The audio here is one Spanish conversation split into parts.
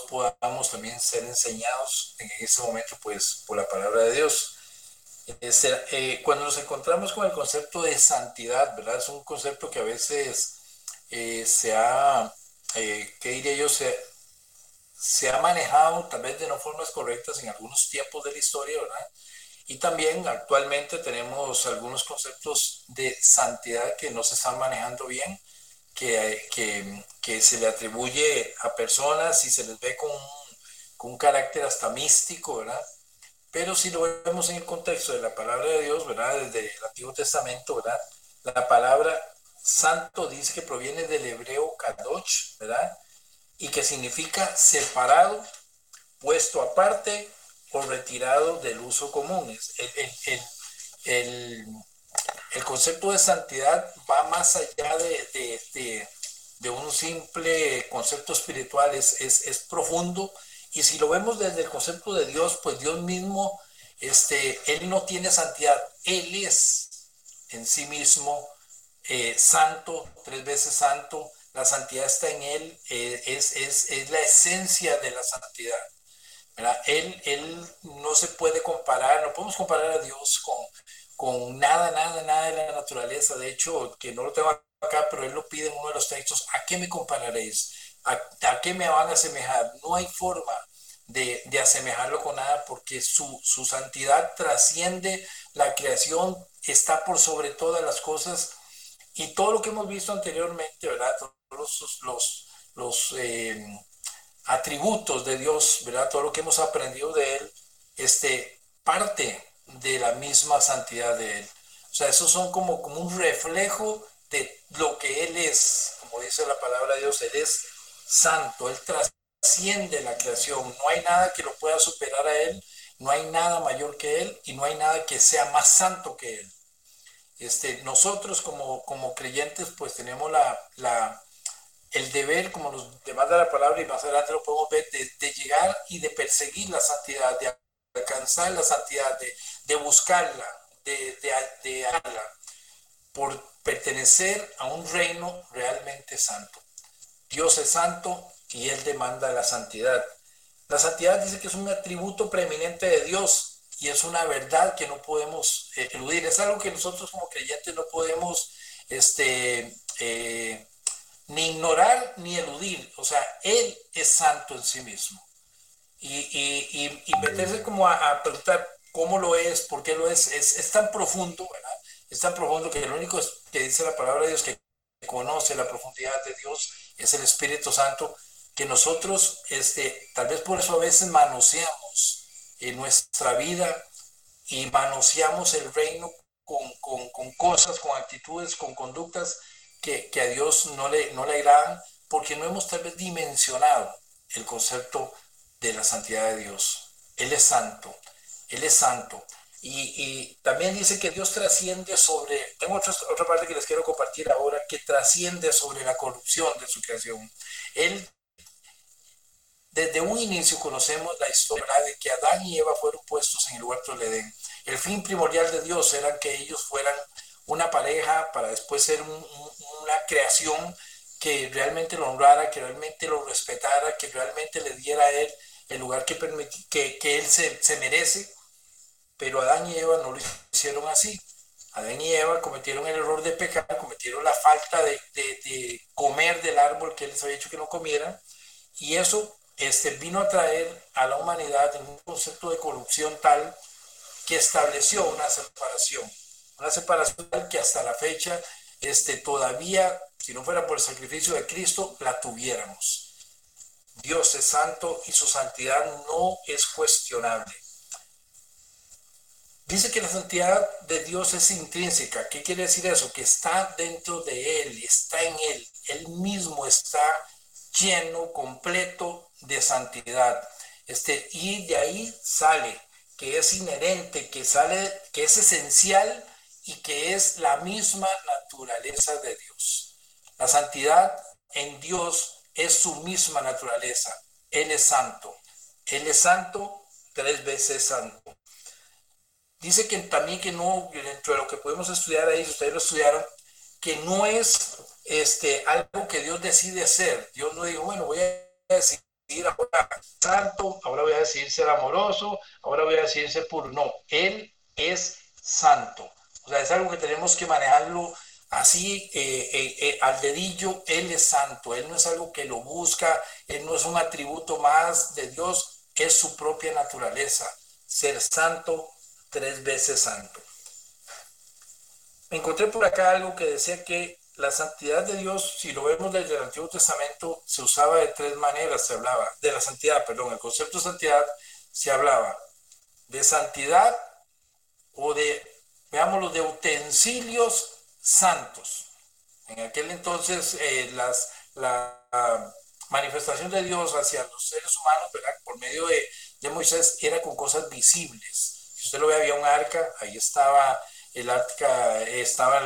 podamos también ser enseñados en ese momento, pues, por la palabra de Dios. Cuando nos encontramos con el concepto de santidad, ¿verdad? Es un concepto que a veces ¿qué diría yo? Se ha manejado tal vez de no formas correctas en algunos tiempos de la historia, ¿verdad? Y también actualmente tenemos algunos conceptos de santidad que no se están manejando bien, que se le atribuye a personas y se les ve con un carácter hasta místico, ¿verdad? Pero si lo vemos en el contexto de la palabra de Dios, ¿verdad? Desde el Antiguo Testamento, ¿verdad? La palabra santo dice que proviene del hebreo kadosh, ¿verdad? Y que significa separado, puesto aparte o retirado del uso común. El, el concepto de santidad va más allá de un simple concepto espiritual, es profundo. Y si lo vemos desde el concepto de Dios, pues Dios mismo, Él no tiene santidad, Él es en sí mismo santo, tres veces santo. La santidad está en Él, es la esencia de la santidad. ¿Verdad? Él no se puede comparar, no podemos comparar a Dios con nada, nada, nada de la naturaleza. De hecho, que no lo tengo acá, pero él lo pide en uno de los textos: ¿a qué me compararéis? ¿A qué me van a asemejar? No hay forma de asemejarlo con nada, porque su santidad trasciende la creación, está por sobre todas las cosas, y todo lo que hemos visto anteriormente, ¿verdad? Todos los atributos de Dios, ¿verdad? Todo lo que hemos aprendido de Él, parte de la misma santidad de Él. O sea, esos son como un reflejo de lo que Él es. Como dice la palabra de Dios, Él es santo, Él trasciende la creación. No hay nada que lo pueda superar a Él, no hay nada mayor que Él y no hay nada que sea más santo que Él. Nosotros como creyentes pues tenemos el deber, como nos demanda la palabra, y más adelante lo podemos ver, de llegar y de perseguir la santidad, de alcanzar la santidad, de buscarla, de hallarla, por pertenecer a un reino realmente santo. Dios es santo y Él demanda la santidad. La santidad dice que es un atributo preeminente de Dios y es una verdad que no podemos eludir. Es algo que nosotros como creyentes no podemos ni ignorar ni eludir. O sea, Él es santo en sí mismo. Y meterse como a preguntar cómo lo es, por qué lo es tan profundo, ¿verdad? Es tan profundo que lo único que dice la palabra de Dios, que conoce la profundidad de Dios, es el Espíritu Santo, que nosotros, tal vez por eso a veces manoseamos en nuestra vida y manoseamos el reino con cosas, con actitudes, con conductas que a Dios no le agradan, porque no hemos tal vez dimensionado el concepto de la santidad de Dios. Él es santo, Él es santo. Y también dice que Dios trasciende sobre, tengo otra parte que les quiero compartir ahora, que trasciende sobre la corrupción de su creación. Él, desde un inicio conocemos la historia de que Adán y Eva fueron puestos en el huerto del Edén. El fin primordial de Dios era que ellos fueran una pareja para después ser una creación que realmente lo honrara, que realmente lo respetara, que realmente le diera a él el lugar que él se merece. Pero Adán y Eva no lo hicieron así. Adán y Eva cometieron el error de pecar, cometieron la falta de comer del árbol que él les había dicho que no comieran, y eso vino a traer a la humanidad en un concepto de corrupción tal que estableció una separación que hasta la fecha todavía, si no fuera por el sacrificio de Cristo, la tuviéramos. Dios es santo y su santidad no es cuestionable. Dice que la santidad de Dios es intrínseca. ¿Qué quiere decir eso? Que está dentro de Él, está en Él. Él mismo está lleno, completo de santidad. Y de ahí sale, que es inherente, que es esencial y que es la misma naturaleza de Dios. La santidad en Dios es su misma naturaleza. Él es santo. Él es santo, tres veces santo. Dice que también que no, dentro de lo que podemos estudiar ahí, si ustedes lo estudiaron, que no es algo que Dios decide hacer. Dios no dijo, bueno, voy a decidir decidir ahora santo, ahora voy a decidir ser amoroso, ahora voy a decidir ser puro. No, Él es santo. O sea, es algo que tenemos que manejarlo así al dedillo. Él es santo, Él no es algo que lo busca, Él no es un atributo más de Dios, es su propia naturaleza, ser santo, 3 veces santo. Encontré por acá algo que decía que la santidad de Dios, si lo vemos desde el Antiguo Testamento, se usaba de 3 maneras, se hablaba de la santidad, perdón, el concepto de santidad se hablaba de santidad o de, veámoslo, de utensilios santos. En aquel entonces la manifestación de Dios hacia los seres humanos, ¿verdad? Por medio de Moisés era con cosas visibles. Si usted lo ve, había un arca, ahí estaba el arca, estaban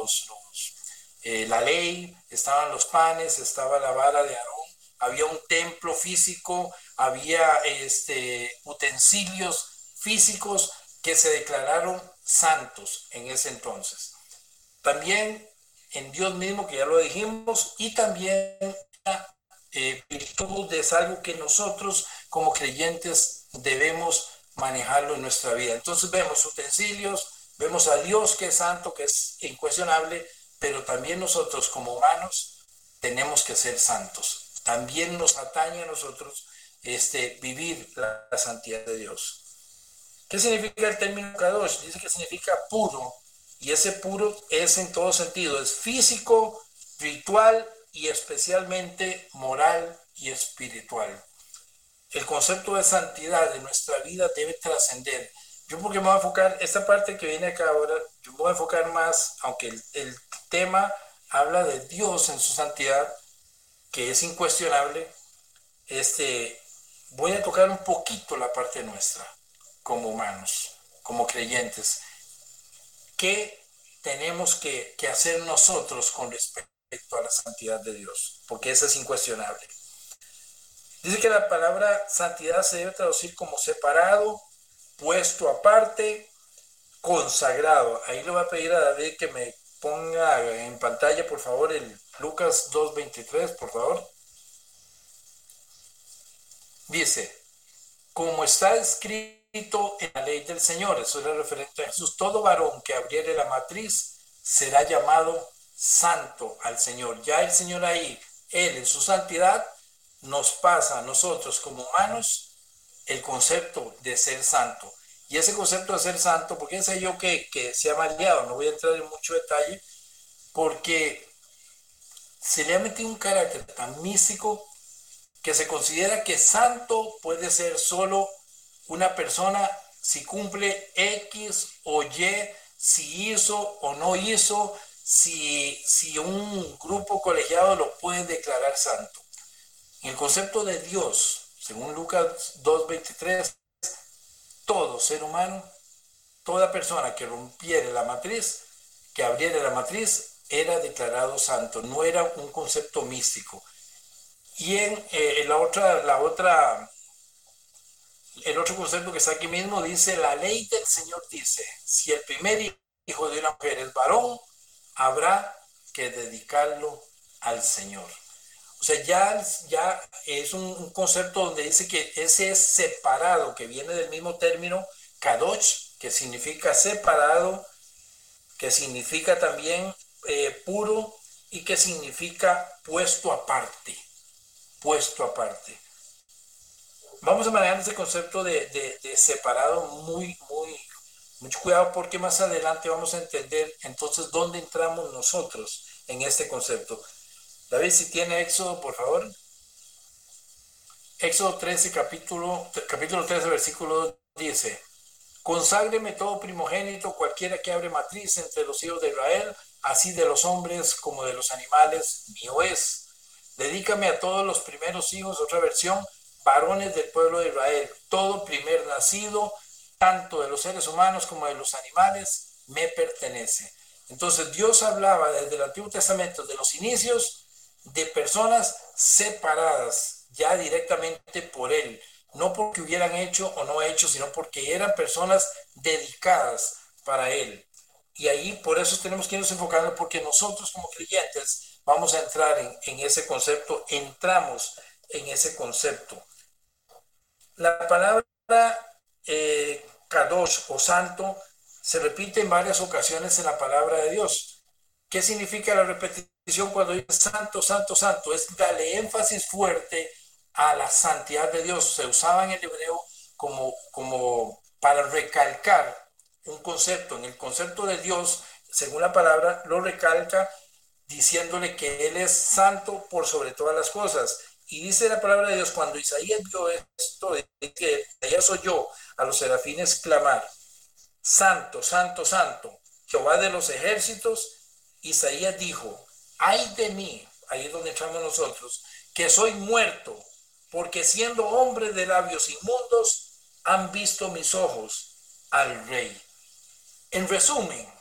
la ley, estaban los panes, estaba la vara de Aarón, había un templo físico, había utensilios físicos que se declararon santos en ese entonces. También en Dios mismo, que ya lo dijimos, y también la virtud es algo que nosotros como creyentes debemos manejarlo en nuestra vida. Entonces vemos utensilios, vemos a Dios que es santo, que es incuestionable, pero también nosotros como humanos tenemos que ser santos. También nos atañe a nosotros vivir la santidad de Dios. ¿Qué significa el término kadosh? Dice que significa puro, y ese puro es en todo sentido, es físico, ritual y especialmente moral y espiritual. El concepto de santidad de nuestra vida debe trascender. Yo porque me voy a enfocar, esta parte que viene acá ahora, yo me voy a enfocar más, aunque el tema habla de Dios en su santidad, que es incuestionable, voy a tocar un poquito la parte nuestra, como humanos, como creyentes. ¿Qué tenemos que hacer nosotros con respecto a la santidad de Dios? Porque eso es incuestionable. Dice que la palabra santidad se debe traducir como separado, puesto aparte, consagrado. Ahí le voy a pedir a David que me ponga en pantalla, por favor, el Lucas 2:23, por favor. Dice, como está escrito en la ley del Señor, eso es referente a Jesús, todo varón que abriere la matriz será llamado santo al Señor. Ya el Señor ahí, Él en su santidad, nos pasa a nosotros como humanos el concepto de ser santo. Y ese concepto de ser santo, ¿por qué sé yo que se ha maleado? No voy a entrar en mucho detalle, porque se le ha metido un carácter tan místico que se considera que santo puede ser solo una persona si cumple X o Y, si hizo o no hizo, si un grupo colegiado lo puede declarar santo. En el concepto de Dios, según Lucas 2:23, todo ser humano, toda persona que rompiera la matriz, que abriera la matriz, era declarado santo, no era un concepto místico. Y en el otro concepto que está aquí mismo dice, la ley del Señor dice, si el primer hijo de una mujer es varón, habrá que dedicarlo al Señor. O sea, ya es un concepto donde dice que ese es separado, que viene del mismo término kadosh, que significa separado, que significa también puro y que significa puesto aparte. Puesto aparte. Vamos a manejar ese concepto de separado mucho cuidado, porque más adelante vamos a entender entonces dónde entramos nosotros en este concepto. David, si tiene Éxodo, por favor. Éxodo 13, capítulo 13, versículo 2 dice, conságreme todo primogénito, cualquiera que abre matriz entre los hijos de Israel, así de los hombres como de los animales, mío es. Dedícame a todos los primeros hijos, otra versión, varones del pueblo de Israel. Todo primer nacido, tanto de los seres humanos como de los animales, me pertenece. Entonces Dios hablaba desde el Antiguo Testamento, de los inicios, de personas separadas ya directamente por Él. No porque hubieran hecho o no hecho, sino porque eran personas dedicadas para Él. Y ahí por eso tenemos que irnos enfocando, porque nosotros como creyentes vamos a entrar en ese concepto, entramos en ese concepto. La palabra Kadosh o santo se repite en varias ocasiones en la palabra de Dios. ¿Qué significa la repetición cuando dice santo, santo, santo? Es darle énfasis fuerte a la santidad de Dios. Se usaba en el hebreo como para recalcar un concepto. En el concepto de Dios, según la palabra, lo recalca diciéndole que Él es santo por sobre todas las cosas. Y dice la palabra de Dios, cuando Isaías vio esto, que Isaías oyó a los serafines clamar, santo, santo, santo, Jehová de los ejércitos, Isaías dijo, ay de mí, ahí es donde entramos nosotros, que soy muerto, porque siendo hombre de labios inmundos, han visto mis ojos al rey. En resumen,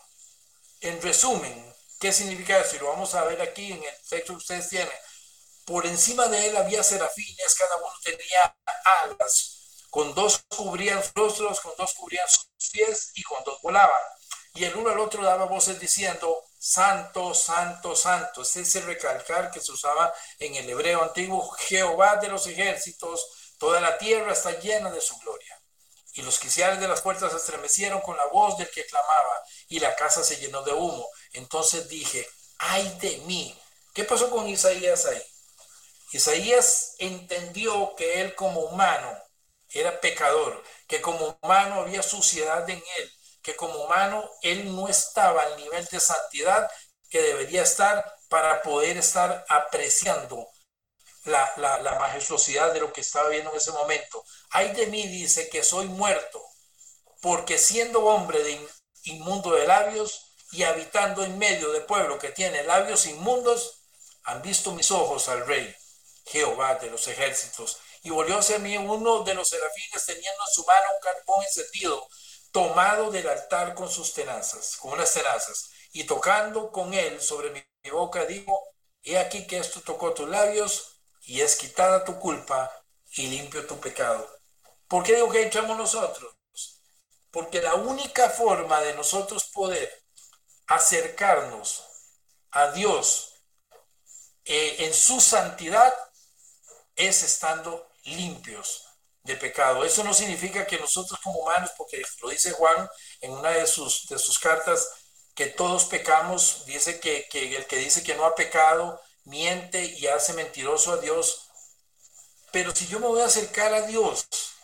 ¿qué significa eso? Y lo vamos a ver aquí en el texto que ustedes tienen. Por encima de él había serafines, cada uno tenía alas, con dos cubrían sus rostros, con dos cubrían sus pies y con dos volaban. Y el uno al otro daba voces diciendo, santo, santo, santo. Este es el recalcar que se usaba en el hebreo antiguo, Jehová de los ejércitos, toda la tierra está llena de su gloria. Y los quiciales de las puertas se estremecieron con la voz del que clamaba, y la casa se llenó de humo. Entonces dije, ay de mí. ¿Qué pasó con Isaías ahí? Isaías entendió que él como humano era pecador, que como humano había suciedad en él, que como humano él no estaba al nivel de santidad que debería estar para poder estar apreciando la majestuosidad de lo que estaba viendo en ese momento. Ay de mí, dice, que soy muerto, porque siendo hombre de inmundo de labios y habitando en medio de pueblo que tiene labios inmundos, han visto mis ojos al rey, Jehová de los ejércitos. Y volvió hacia mí uno de los serafines teniendo en su mano un carbón encendido, tomado del altar con sus tenazas, con unas tenazas, y tocando con él sobre mi boca, digo, he aquí que esto tocó tus labios, y es quitada tu culpa, y limpio tu pecado. ¿Por qué digo que entramos nosotros? Porque la única forma de nosotros poder acercarnos a Dios en su santidad es estando limpios de pecado. Eso no significa que nosotros como humanos, porque lo dice Juan en una de sus cartas, que todos pecamos, dice que el que dice que no ha pecado miente y hace mentiroso a Dios. Pero si yo me voy a acercar a Dios,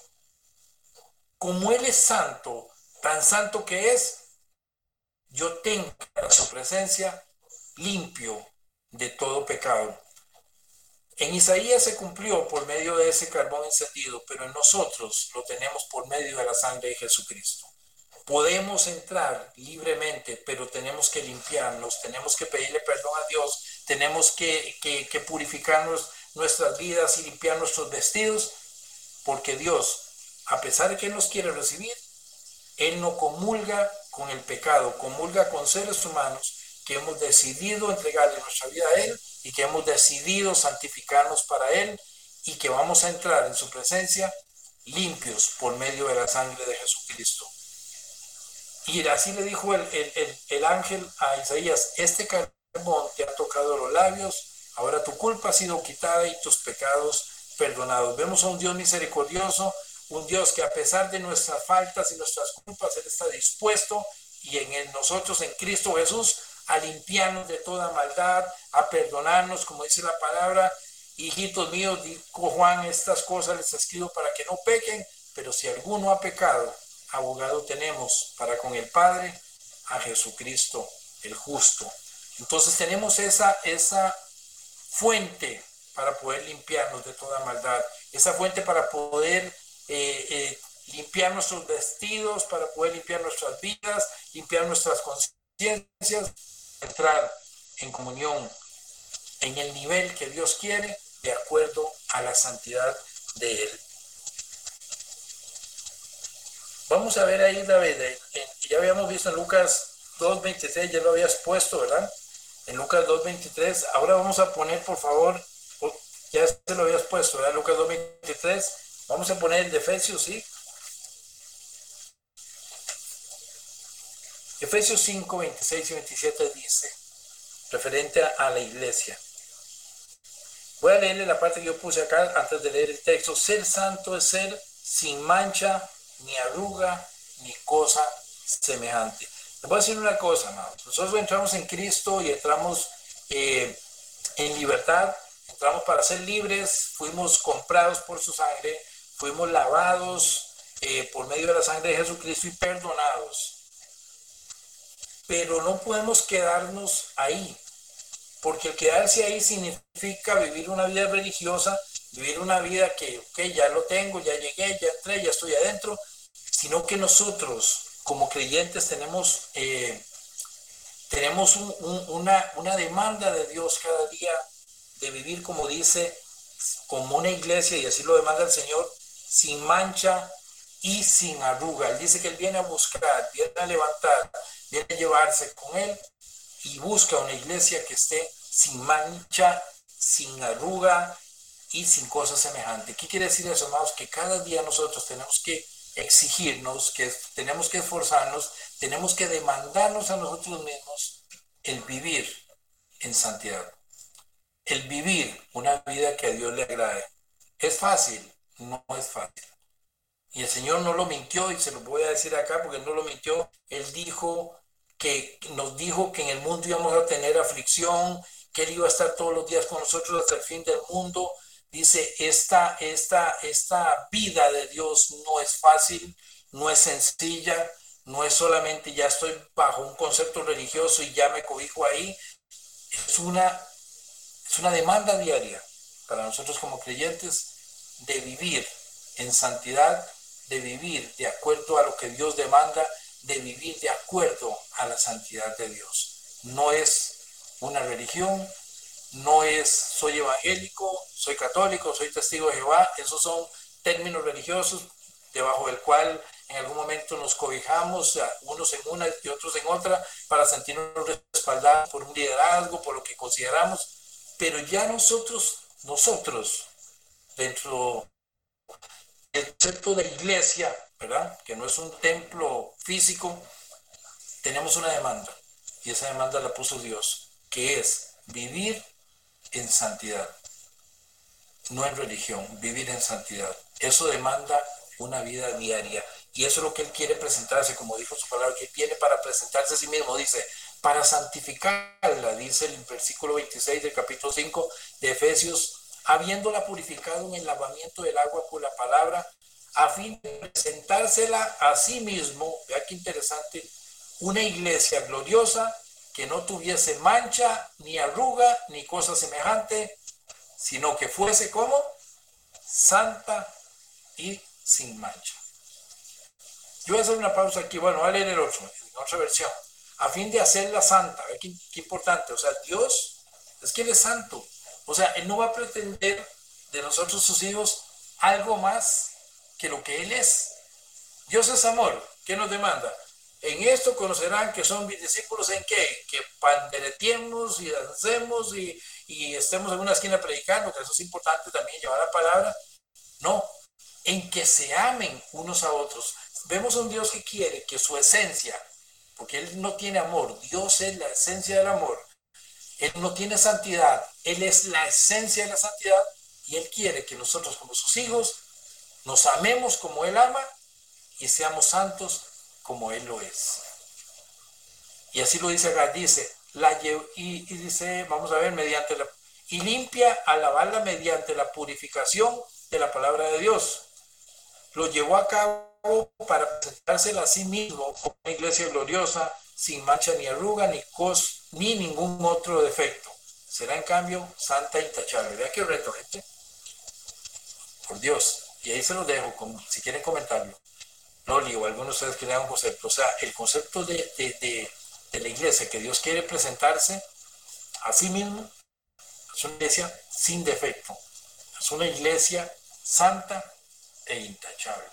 como Él es santo, tan santo que es, yo tengo su presencia limpio de todo pecado. En Isaías se cumplió por medio de ese carbón encendido, pero en nosotros lo tenemos por medio de la sangre de Jesucristo. Podemos entrar libremente, pero tenemos que limpiarnos, tenemos que pedirle perdón a Dios, tenemos que purificarnos nuestras vidas y limpiar nuestros vestidos, porque Dios, a pesar de que Él nos quiere recibir, Él no comulga con el pecado, comulga con seres humanos que hemos decidido entregarle nuestra vida a Él y que hemos decidido santificarnos para Él y que vamos a entrar en su presencia limpios por medio de la sangre de Jesucristo. Y así le dijo el ángel a Isaías, este carbón te ha tocado los labios, ahora tu culpa ha sido quitada y tus pecados perdonados. Vemos a un Dios misericordioso, un Dios que a pesar de nuestras faltas y nuestras culpas, Él está dispuesto y nosotros en Cristo Jesús a limpiarnos de toda maldad, a perdonarnos, como dice la palabra, hijitos míos, dijo Juan, estas cosas les escribo para que no pequen, pero si alguno ha pecado, abogado tenemos para con el Padre, a Jesucristo el justo. Entonces tenemos esa fuente para poder limpiarnos de toda maldad, esa fuente para poder limpiar nuestros vestidos, para poder limpiar nuestras vidas, limpiar nuestras conciencias, entrar en comunión en el nivel que Dios quiere, de acuerdo a la santidad de Él. Vamos a ver ahí, David, ya habíamos visto en Lucas 2.23, ya lo habías puesto, ¿verdad? En Lucas 2.23, ahora vamos a poner, por favor, ya se lo habías puesto, ¿verdad? Lucas 2.23, vamos a poner el de Efesios, ¿sí? Efesios 5, 26 y 27 dice, referente a la iglesia. Voy a leerle la parte que yo puse acá antes de leer el texto. Ser santo es ser sin mancha, ni arruga, ni cosa semejante. Les voy a decir una cosa, amados. Nosotros entramos en Cristo y entramos en libertad, entramos para ser libres, fuimos comprados por su sangre, fuimos lavados por medio de la sangre de Jesucristo y perdonados. Pero no podemos quedarnos ahí, porque el quedarse ahí significa vivir una vida religiosa, vivir una vida que, ya lo tengo, ya llegué, ya entré, ya estoy adentro, sino que nosotros como creyentes tenemos una demanda de Dios cada día de vivir, como dice, como una iglesia, y así lo demanda el Señor, sin mancha y sin arruga. Él dice que Él viene a buscar, viene a levantar, viene a llevarse con Él y busca una iglesia que esté sin mancha, sin arruga y sin cosas semejantes. ¿Qué quiere decir eso, hermanos? Que cada día nosotros tenemos que exigirnos, que tenemos que esforzarnos, tenemos que demandarnos a nosotros mismos el vivir en santidad, el vivir una vida que a Dios le agrade. ¿Es fácil? No es fácil. Y el Señor no lo mintió, y se lo voy a decir acá porque no lo mintió. Él nos dijo que en el mundo íbamos a tener aflicción, que Él iba a estar todos los días con nosotros hasta el fin del mundo. Dice, esta vida de Dios no es fácil, no es sencilla, no es solamente ya estoy bajo un concepto religioso y ya me cobijo ahí. Es una demanda diaria para nosotros como creyentes de vivir en santidad, de vivir de acuerdo a lo que Dios demanda, de vivir de acuerdo a la santidad de Dios. No es una religión, no es soy evangélico, soy católico, soy testigo de Jehová. Esos son términos religiosos debajo del cual en algún momento nos cobijamos, unos en una y otros en otra, para sentirnos respaldados por un liderazgo, por lo que consideramos. Pero ya nosotros, dentro del concepto de iglesia, ¿verdad?, que no es un templo físico, tenemos una demanda, y esa demanda la puso Dios, que es vivir en santidad, no en religión, vivir en santidad. Eso demanda una vida diaria, y eso es lo que Él quiere presentarse, como dijo su palabra, que viene para presentarse a sí mismo. Dice, para santificarla, dice el versículo 26 del capítulo 5 de Efesios, habiéndola purificado en el lavamiento del agua por la palabra, a fin de presentársela a sí mismo, vea qué interesante, una iglesia gloriosa, que no tuviese mancha, ni arruga, ni cosa semejante, sino que fuese como santa y sin mancha. Yo voy a hacer una pausa aquí, bueno, voy a leer el otro, en otra versión, a fin de hacerla santa. Qué importante, o sea, Dios es que Él es santo, o sea, Él no va a pretender de nosotros sus hijos algo más que lo que Él es. Dios es amor. ¿Qué nos demanda? En esto conocerán que son mis discípulos. ¿En qué? Que pandereteemos y dancemos y estemos en una esquina predicando, que eso es importante también, llevar la palabra. No, en que se amen unos a otros. Vemos a un Dios que quiere que su esencia, porque Él no tiene amor, Dios es la esencia del amor. Él no tiene santidad, Él es la esencia de la santidad, y Él quiere que nosotros como sus hijos nos amemos como Él ama y seamos santos como Él lo es. Y así lo dice acá, dice, dice, vamos a ver, y limpia a lavarla mediante la purificación de la palabra de Dios. Lo llevó a cabo para presentársela a sí mismo como una iglesia gloriosa, sin mancha ni arruga, ni ningún otro defecto. Será en cambio santa e intachable. Vea qué reto, gente. Por Dios. Y ahí se los dejo, si quieren comentarlo. Loli o algunos de ustedes que le hagan un concepto. O sea, el concepto de la iglesia que Dios quiere presentarse a sí mismo es una iglesia sin defecto. Es una iglesia santa e intachable.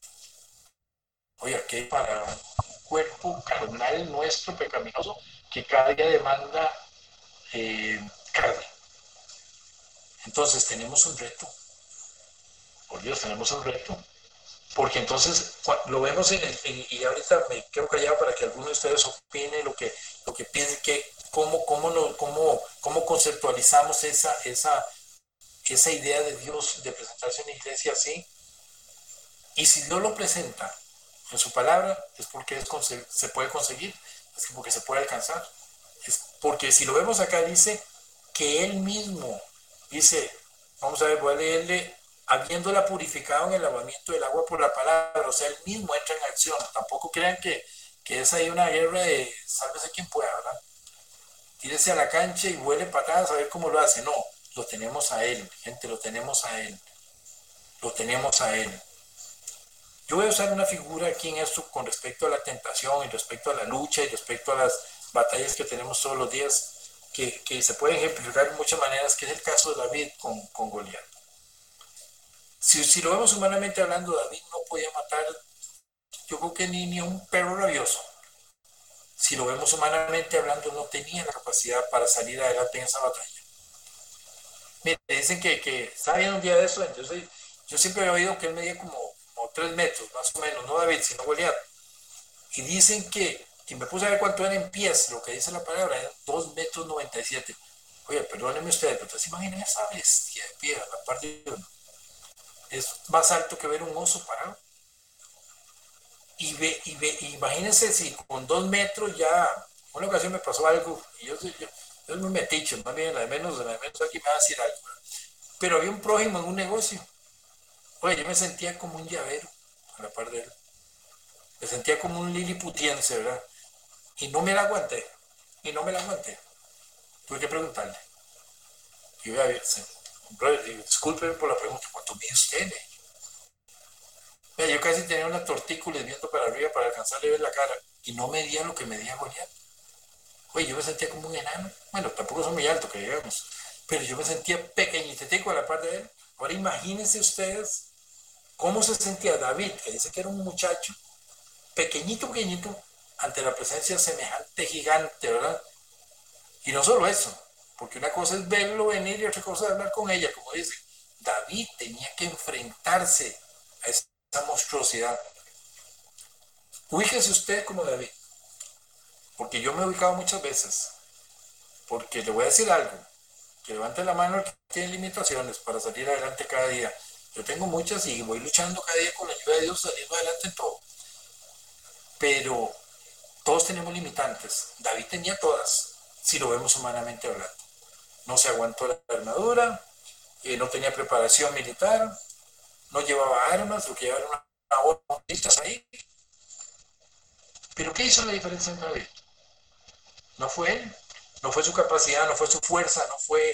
Oye, ¿qué para un cuerpo carnal nuestro pecaminoso que cada día demanda carne? Entonces tenemos un reto. Por Dios, tenemos un reto. Porque entonces lo vemos y ahorita me quedo callado para que alguno de ustedes opine lo que piense, que cómo conceptualizamos esa esa idea de Dios de presentarse en la iglesia así. Y si Dios lo presenta en su palabra, es porque se puede conseguir, es porque se puede alcanzar. Es porque si lo vemos acá, dice que Él mismo, dice, vamos a ver, voy a leerle, habiéndola purificado en el lavamiento del agua por la palabra, o sea, Él mismo entra en acción. Tampoco crean que es ahí una guerra de sálvese quien pueda, ¿verdad? Tírese a la cancha y vuele patadas a ver cómo lo hace. No, lo tenemos a Él, gente, lo tenemos a Él. Lo tenemos a Él. Yo voy a usar una figura aquí en esto con respecto a la tentación y respecto a la lucha y respecto a las batallas que tenemos todos los días, que se pueden ejemplificar de muchas maneras, que es el caso de David con Goliat. Si lo vemos humanamente hablando, David no podía matar, yo creo que ni un perro rabioso. Si lo vemos humanamente hablando, no tenía la capacidad para salir adelante en esa batalla. Mire, dicen que estaba viendo un día de eso, entonces yo siempre he oído que él medía como 3 metros, más o menos, no David, sino Goliat. Y dicen que, y me puse a ver cuánto era en pies, lo que dice la palabra, era 2 metros 97. Oye, perdónenme ustedes, pero ustedes se imaginan esa bestia de piedra, la parte de uno. Es más alto que ver un oso parado. Imagínense si con 2 metros ya, una ocasión me pasó algo, y yo es muy metiche, más bien la de menos aquí me va a decir algo, ¿verdad? Pero había un prójimo en un negocio. Oye, yo me sentía como un llavero a la par de él. Me sentía como un liliputiense, ¿verdad? Y no me la aguanté. Y no me la aguanté. Tuve que preguntarle. Y voy a ver, discúlpeme por la pregunta, ¿cuánto mide usted? Mira, yo casi tenía una tortícolis viendo para arriba para alcanzarle a ver la cara. Y no medía lo que medía Goliat. Oye, yo me sentía como un enano. Bueno, tampoco soy muy alto, que digamos. Pero yo me sentía pequeñitetico a la par de él. Ahora imagínense ustedes cómo se sentía David, que dice que era un muchacho pequeñito, ante la presencia de semejante gigante, ¿verdad? Y no solo eso, porque una cosa es verlo venir y otra cosa es hablar con ella, como dice. David tenía que enfrentarse a esa monstruosidad. Ubíquese usted como David, porque yo me he ubicado muchas veces, porque le voy a decir algo, que levante la mano el que tiene limitaciones para salir adelante cada día. Yo tengo muchas y voy luchando cada día con la ayuda de Dios, saliendo adelante en todo. Pero todos tenemos limitantes. David tenía todas, si lo vemos humanamente hablando. No se aguantó la armadura, no tenía preparación militar, no llevaba armas, lo que llevaba era una bolitas ahí. Pero ¿qué hizo la diferencia en David? No fue él, no fue su capacidad, no fue su fuerza, no fue...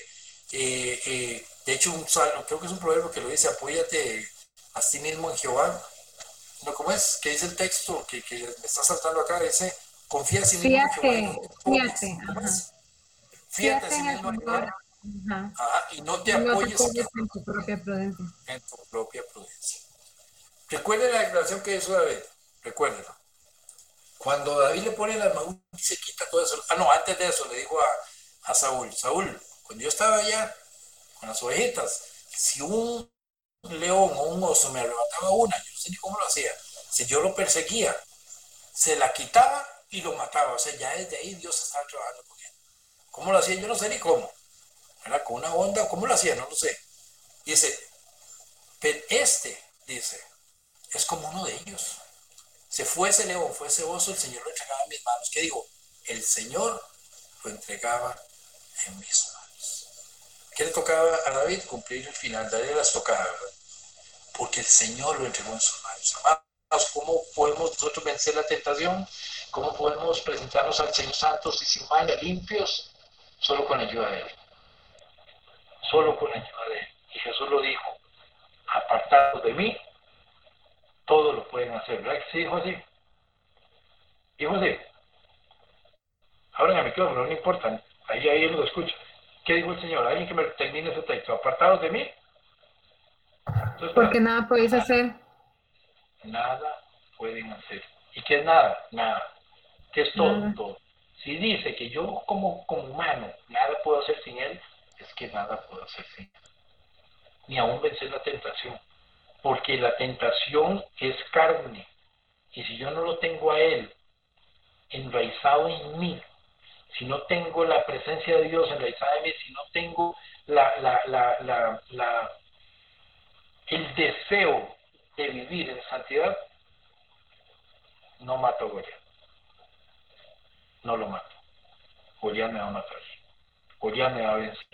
de hecho, creo que es un proverbio que lo dice, apóyate a sí mismo en Jehová. No, ¿cómo es? ¿Qué dice el texto que me está saltando acá? Dice, confía a sí mismo en Jehová y no te apoyes. ¿Cómo es? Fíjate a Fíjate sí en el mismo en Jehová. Señor, ajá, Ajá, y no te y no te apoyes apoyes en tu propia prudencia. en tu propia prudencia. Recuerde la declaración que hizo David. Recuérdelo. Cuando David le pone la armadura y se quita todo eso. Ah, no, antes de eso le dijo a Saúl, Saúl, cuando yo estaba allá con las ovejitas, si un león o un oso me arrebataba una, yo no sé ni cómo lo hacía, si yo lo perseguía, se la quitaba y lo mataba. O sea, ya desde ahí Dios estaba trabajando con él. ¿Cómo lo hacía? Yo no sé ni cómo. ¿Verdad? Con una onda, ¿cómo lo hacía? No lo sé. Dice, pero dice, es como uno de ellos. Se fue ese león, fue ese oso, el Señor lo entregaba en mis manos. ¿Qué digo? El Señor lo entregaba en mis manos. ¿Qué le tocaba a David? Cumplir el final, darle las tocadas, ¿verdad? Porque el Señor lo entregó en sus manos. Amados, ¿cómo podemos nosotros vencer la tentación? ¿Cómo podemos presentarnos al Señor santos y sin mancha, limpios? Solo con la ayuda de Él. Solo con la ayuda de Él. Y Jesús lo dijo, apartados de mí, todo lo pueden hacer, ¿verdad? Sí, dijo así. Dijo así. Abran el micrófono, no importa. Ahí lo escucho. ¿Qué dijo el Señor? Alguien que me termine ese texto. Apartados de mí. Entonces, Porque nada podéis hacer, nada pueden hacer. ¿Y qué es nada? Nada. ¿Qué es todo? nada. Todo. Si dice que yo como humano nada puedo hacer sin Él, es que nada puedo hacer sin Él. Ni aún vencer la tentación. Porque la tentación es carne. Y si yo no lo tengo a Él enraizado en mí, si no tengo la presencia de Dios enraizada en mí, si no tengo el deseo de vivir en santidad, no mato a Goliat. No lo mato. Goliat me va a matar. Goliat me va a vencer.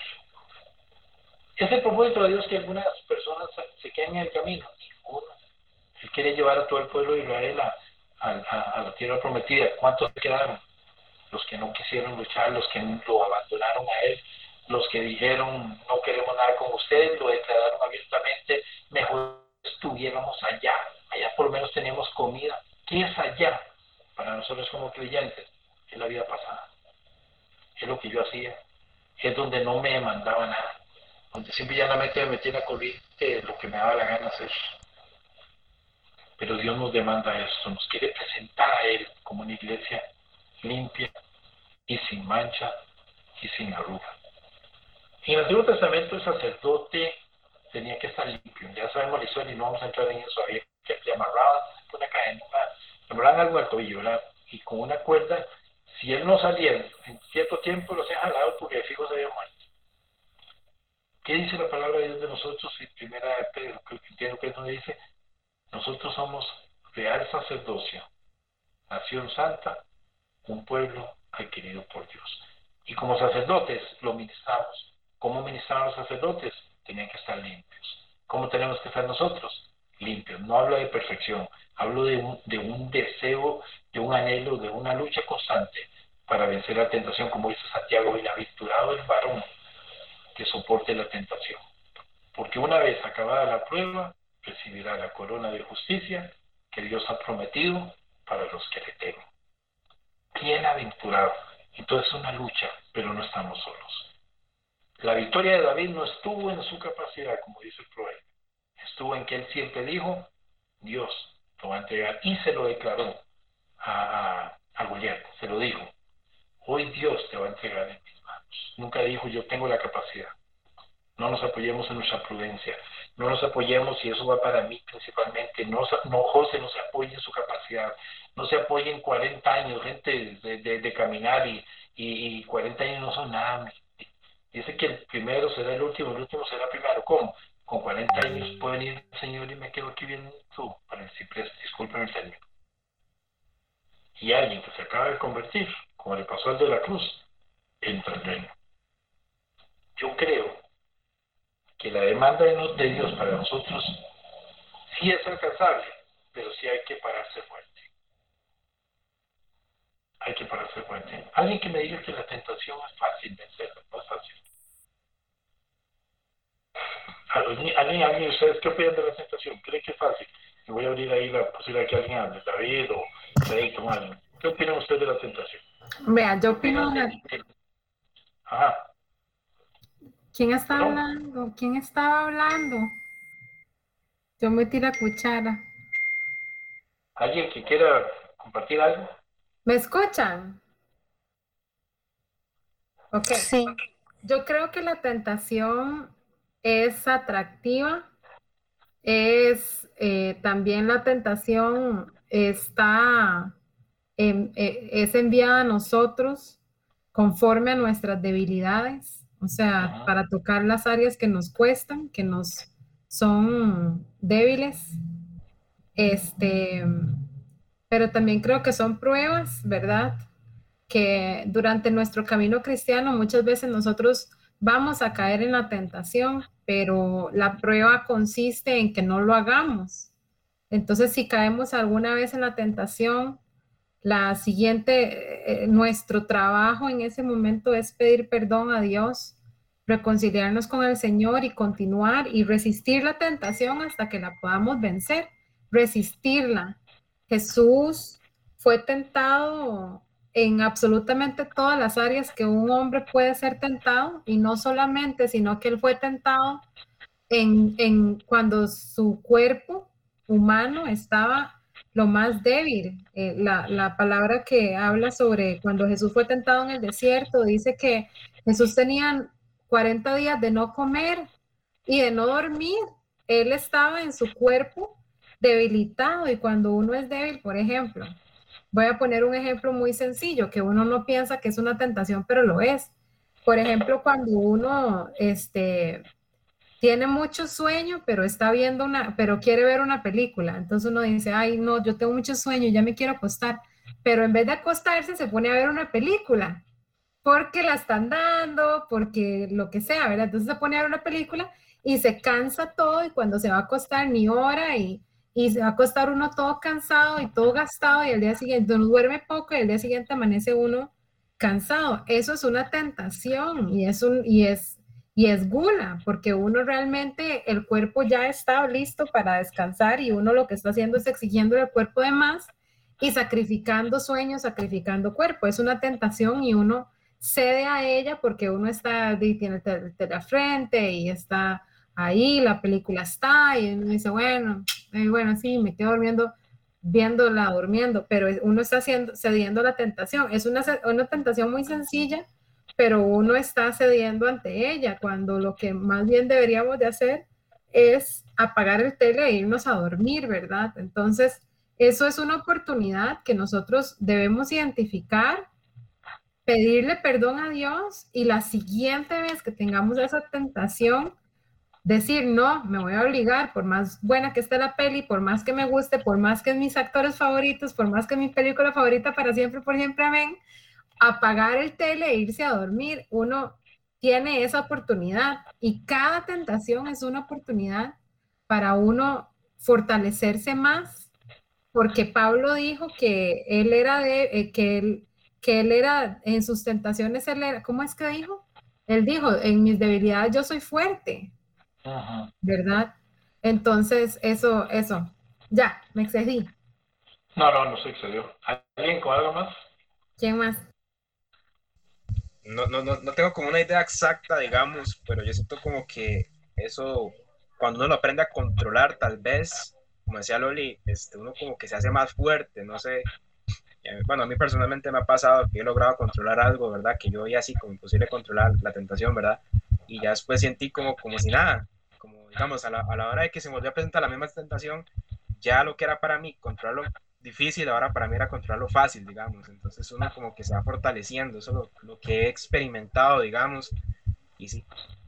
¿Es el propósito de Dios que algunas personas se queden en el camino? Ninguno. Él quiere llevar a todo el pueblo de Israel a la tierra prometida. ¿Cuántos se quedaron? Los que no quisieron luchar, los que lo abandonaron a él, los que dijeron no queremos nada con ustedes, lo declararon abiertamente, mejor estuviéramos allá por lo menos teníamos comida. ¿Qué es allá? Para nosotros como creyentes, es la vida pasada, es lo que yo hacía, es donde no me demandaba nada, donde simplemente me metí en la corriente lo que me daba la gana hacer. Pero Dios nos demanda esto, nos quiere presentar a Él como una iglesia limpia y sin mancha y sin arruga. En el Antiguo Testamento el sacerdote tenía que estar limpio. Ya sabemos la historia y no vamos a entrar en eso. Había que le amarraban una cadena, le amarraban algo al tobillo, ¿verdad? Y con una cuerda, si él no salía en cierto tiempo, lo hacían jalado porque de fijo se había muerto. ¿Qué dice la palabra de Dios de nosotros? En primera de Pedro, que entiendo que es donde dice, nosotros somos real sacerdocio, nación santa, un pueblo adquirido por Dios. Y como sacerdotes lo ministramos. ¿Cómo ministraban los sacerdotes? Tenían que estar limpios. ¿Cómo tenemos que estar nosotros? Limpios. No hablo de perfección, hablo de un deseo, de un anhelo, de una lucha constante para vencer la tentación, como dice Santiago, bienaventurado el varón que soporte la tentación. Porque una vez acabada la prueba, recibirá la corona de justicia que Dios ha prometido para los que le temen. Bienaventurado. Entonces es una lucha, pero no estamos solos. La victoria de David no estuvo en su capacidad, como dice el proverbio. Estuvo en que él siempre dijo, Dios lo va a entregar, y se lo declaró a Goliat, se lo dijo. Hoy Dios te va a entregar en mis manos. Nunca dijo, yo tengo la capacidad. No nos apoyemos en nuestra prudencia. No nos apoyemos, y eso va para mí principalmente, no José no se apoye en su capacidad. No se apoye en 40 años, gente de caminar, y 40 años no son nada. Dice que el primero será el último será el primero. ¿Cómo? Con 40 años puede venir el Señor y me quedo aquí viendo tú, para el ciprés, disculpen el término. Y alguien que se acaba de convertir, como le pasó al de la cruz, entra al reino. Yo creo que la demanda de Dios para nosotros sí es alcanzable, pero sí hay que pararse fuerte. Hay que pararse fuerte. Alguien que me diga que la tentación es fácil vencerla, no es fácil. ¿Alguien de ustedes qué opinan de la tentación? ¿Cree que es fácil? Y voy a abrir ahí la posibilidad de que alguien hable, David o Clayton, alguien. ¿Qué opinan ustedes de la tentación? Vea, yo opino. Ajá. ¿Quién está hablando? ¿Quién estaba hablando? Yo metí la cuchara. ¿Alguien que quiera compartir algo? ¿Me escuchan? Ok. Sí. Yo creo que la tentación es atractiva. Es también la tentación está es enviada a nosotros conforme a nuestras debilidades, o sea, para tocar las áreas que nos cuestan, que nos son débiles. Pero también creo que son pruebas, ¿verdad? Que durante nuestro camino cristiano muchas veces nosotros vamos a caer en la tentación, pero la prueba consiste en que no lo hagamos. Entonces, si caemos alguna vez en la tentación, la siguiente, nuestro trabajo en ese momento es pedir perdón a Dios, reconciliarnos con el Señor y continuar y resistir la tentación hasta que la podamos vencer, resistirla. Jesús fue tentado en absolutamente todas las áreas que un hombre puede ser tentado, y no solamente, sino que él fue tentado cuando su cuerpo humano estaba lo más débil. La palabra que habla sobre cuando Jesús fue tentado en el desierto dice que Jesús tenía 40 días de no comer y de no dormir. Él estaba en su cuerpo debilitado, y cuando uno es débil, por ejemplo, Voy a poner un ejemplo muy sencillo, que uno no piensa que es una tentación, pero lo es. Por ejemplo, cuando uno tiene mucho sueño, pero está viendo pero quiere ver una película. Entonces uno dice, ay, no, yo tengo mucho sueño, ya me quiero acostar. Pero en vez de acostarse, se pone a ver una película, porque la están dando, porque lo que sea, ¿verdad? Entonces se pone a ver una película y se cansa todo y cuando se va a acostar ni hora y se va a acostar uno todo cansado y todo gastado y al día siguiente uno duerme poco y al día siguiente amanece uno cansado. Eso es una tentación y es gula, porque uno realmente, el cuerpo ya está listo para descansar y uno lo que está haciendo es exigiendo al cuerpo de más y sacrificando sueños, sacrificando cuerpo. Es una tentación y uno cede a ella porque uno tiene el la frente y está ahí, la película está y uno dice, bueno, sí, me quedo durmiendo, viéndola, durmiendo, pero uno está cediendo a la tentación. Es una tentación muy sencilla, pero uno está cediendo ante ella, cuando lo que más bien deberíamos de hacer es apagar el tele e irnos a dormir, ¿verdad? Entonces, eso es una oportunidad que nosotros debemos identificar, pedirle perdón a Dios y la siguiente vez que tengamos esa tentación, decir, no, me voy a obligar, por más buena que esté la peli, por más que me guste, por más que es mis actores favoritos, por más que es mi película favorita para siempre, por siempre, amén, apagar el tele e irse a dormir. Uno tiene esa oportunidad y cada tentación es una oportunidad para uno fortalecerse más, porque Pablo dijo que él era que él era, en sus tentaciones, él era, ¿cómo es que dijo? Él dijo, en mis debilidades yo soy fuerte, Ajá. ¿verdad? Entonces, eso, ya, me excedí. No, no, no se excedió. ¿Alguien con algo más? ¿Quién más? No tengo como una idea exacta, digamos, pero yo siento como que eso, cuando uno lo aprende a controlar, tal vez, como decía Loli, uno como que se hace más fuerte, no sé. Bueno, a mí personalmente me ha pasado que he logrado controlar algo, ¿verdad? Que yo veía así como imposible controlar la tentación, ¿verdad? Y ya después sentí como si nada, como digamos, a la hora de que se me volvió a presentar la misma tentación, ya lo que era para mí controlarlo difícil, ahora para mí era controlarlo fácil, digamos. Entonces uno como que se va fortaleciendo, eso es lo que he experimentado, digamos, y sí.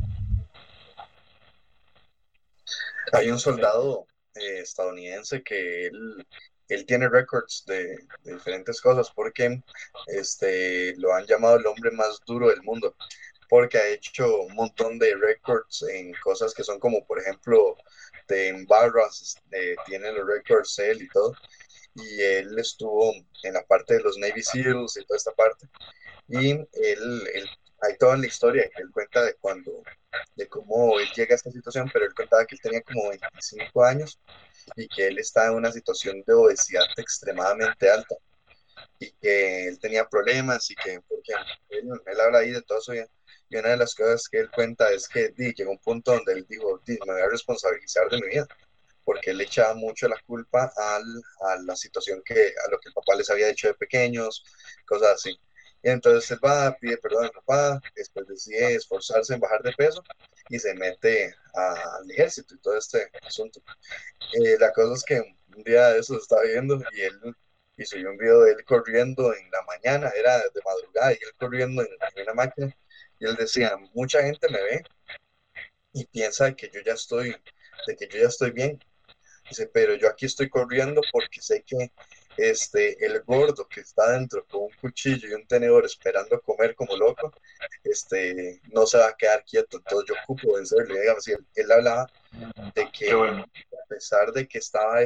Hay un soldado estadounidense que él tiene récords de diferentes cosas porque lo han llamado el hombre más duro del mundo, porque ha hecho un montón de récords en cosas que son como, por ejemplo, en barras, tiene los récords él y todo, y él estuvo en la parte de los Navy SEALs y toda esta parte, y hay toda la historia que él cuenta de cómo él llega a esta situación, pero él contaba que él tenía como 25 años y que él estaba en una situación de obesidad extremadamente alta y que él tenía problemas y que, porque él habla ahí de todo eso y una de las cosas que él cuenta es que llegó un punto donde él dijo, me voy a responsabilizar de mi vida, porque él le echaba mucho la culpa a la situación a lo que el papá les había dicho de pequeños, cosas así. Y entonces él va, pide perdón al papá, después decide esforzarse en bajar de peso y se mete al ejército y todo este asunto. La cosa es que un día de eso se estaba viendo y subió un video de él corriendo en la mañana, era de madrugada, y él corriendo en una máquina, y él decía, mucha gente me ve y piensa de que yo ya estoy bien. Dice, pero yo aquí estoy corriendo porque sé que el gordo que está dentro con un cuchillo y un tenedor esperando comer como loco, no se va a quedar quieto, entonces yo ocupo vencerlo. Y digamos, él hablaba de Qué que bueno. a pesar de que estaba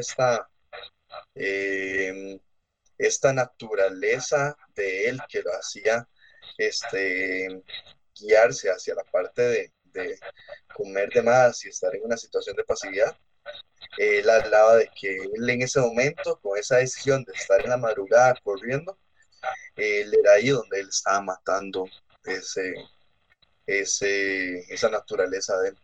eh, esta naturaleza de él que lo hacía guiarse hacia la parte de comer de más y estar en una situación de pasividad, él hablaba de que él en ese momento, con esa decisión de estar en la madrugada corriendo, él era ahí donde él estaba matando esa naturaleza de él.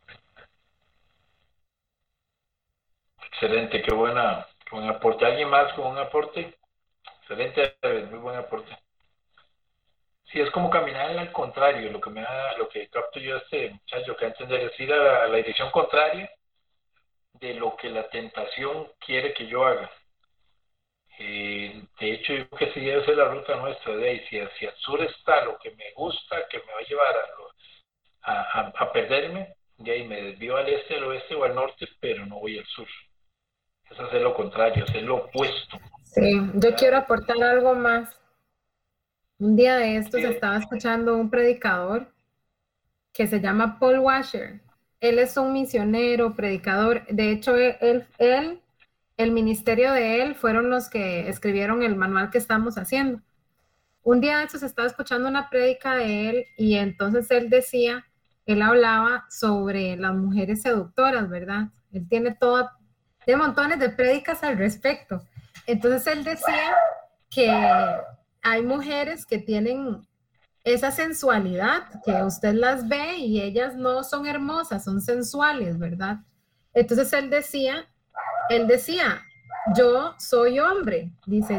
Excelente, qué buen aporte. ¿Alguien más con un aporte? Excelente, muy buen aporte. Sí, es como caminar al contrario, lo que capto yo a este muchacho que entender es ir a la dirección contraria de lo que la tentación quiere que yo haga. De hecho, yo creo que sí debe ser la ruta nuestra, de ahí, si hacia el sur está lo que me gusta, que me va a llevar a perderme, de ahí me desvío al este, al oeste o al norte, pero no voy al sur. Es hacer lo contrario, hacer lo opuesto. Sí, yo quiero aportar algo más. Un día de estos Sí, estaba escuchando un predicador que se llama Paul Washer. Él es un misionero, predicador. De hecho, el ministerio de él fueron los que escribieron el manual que estamos haciendo. Un día de estos estaba escuchando una prédica de él y entonces él hablaba sobre las mujeres seductoras, ¿verdad? Él tiene montones de prédicas al respecto. Entonces él decía que hay mujeres que tienen esa sensualidad, que usted las ve y ellas no son hermosas, son sensuales, ¿verdad? Entonces él decía, yo soy hombre, dice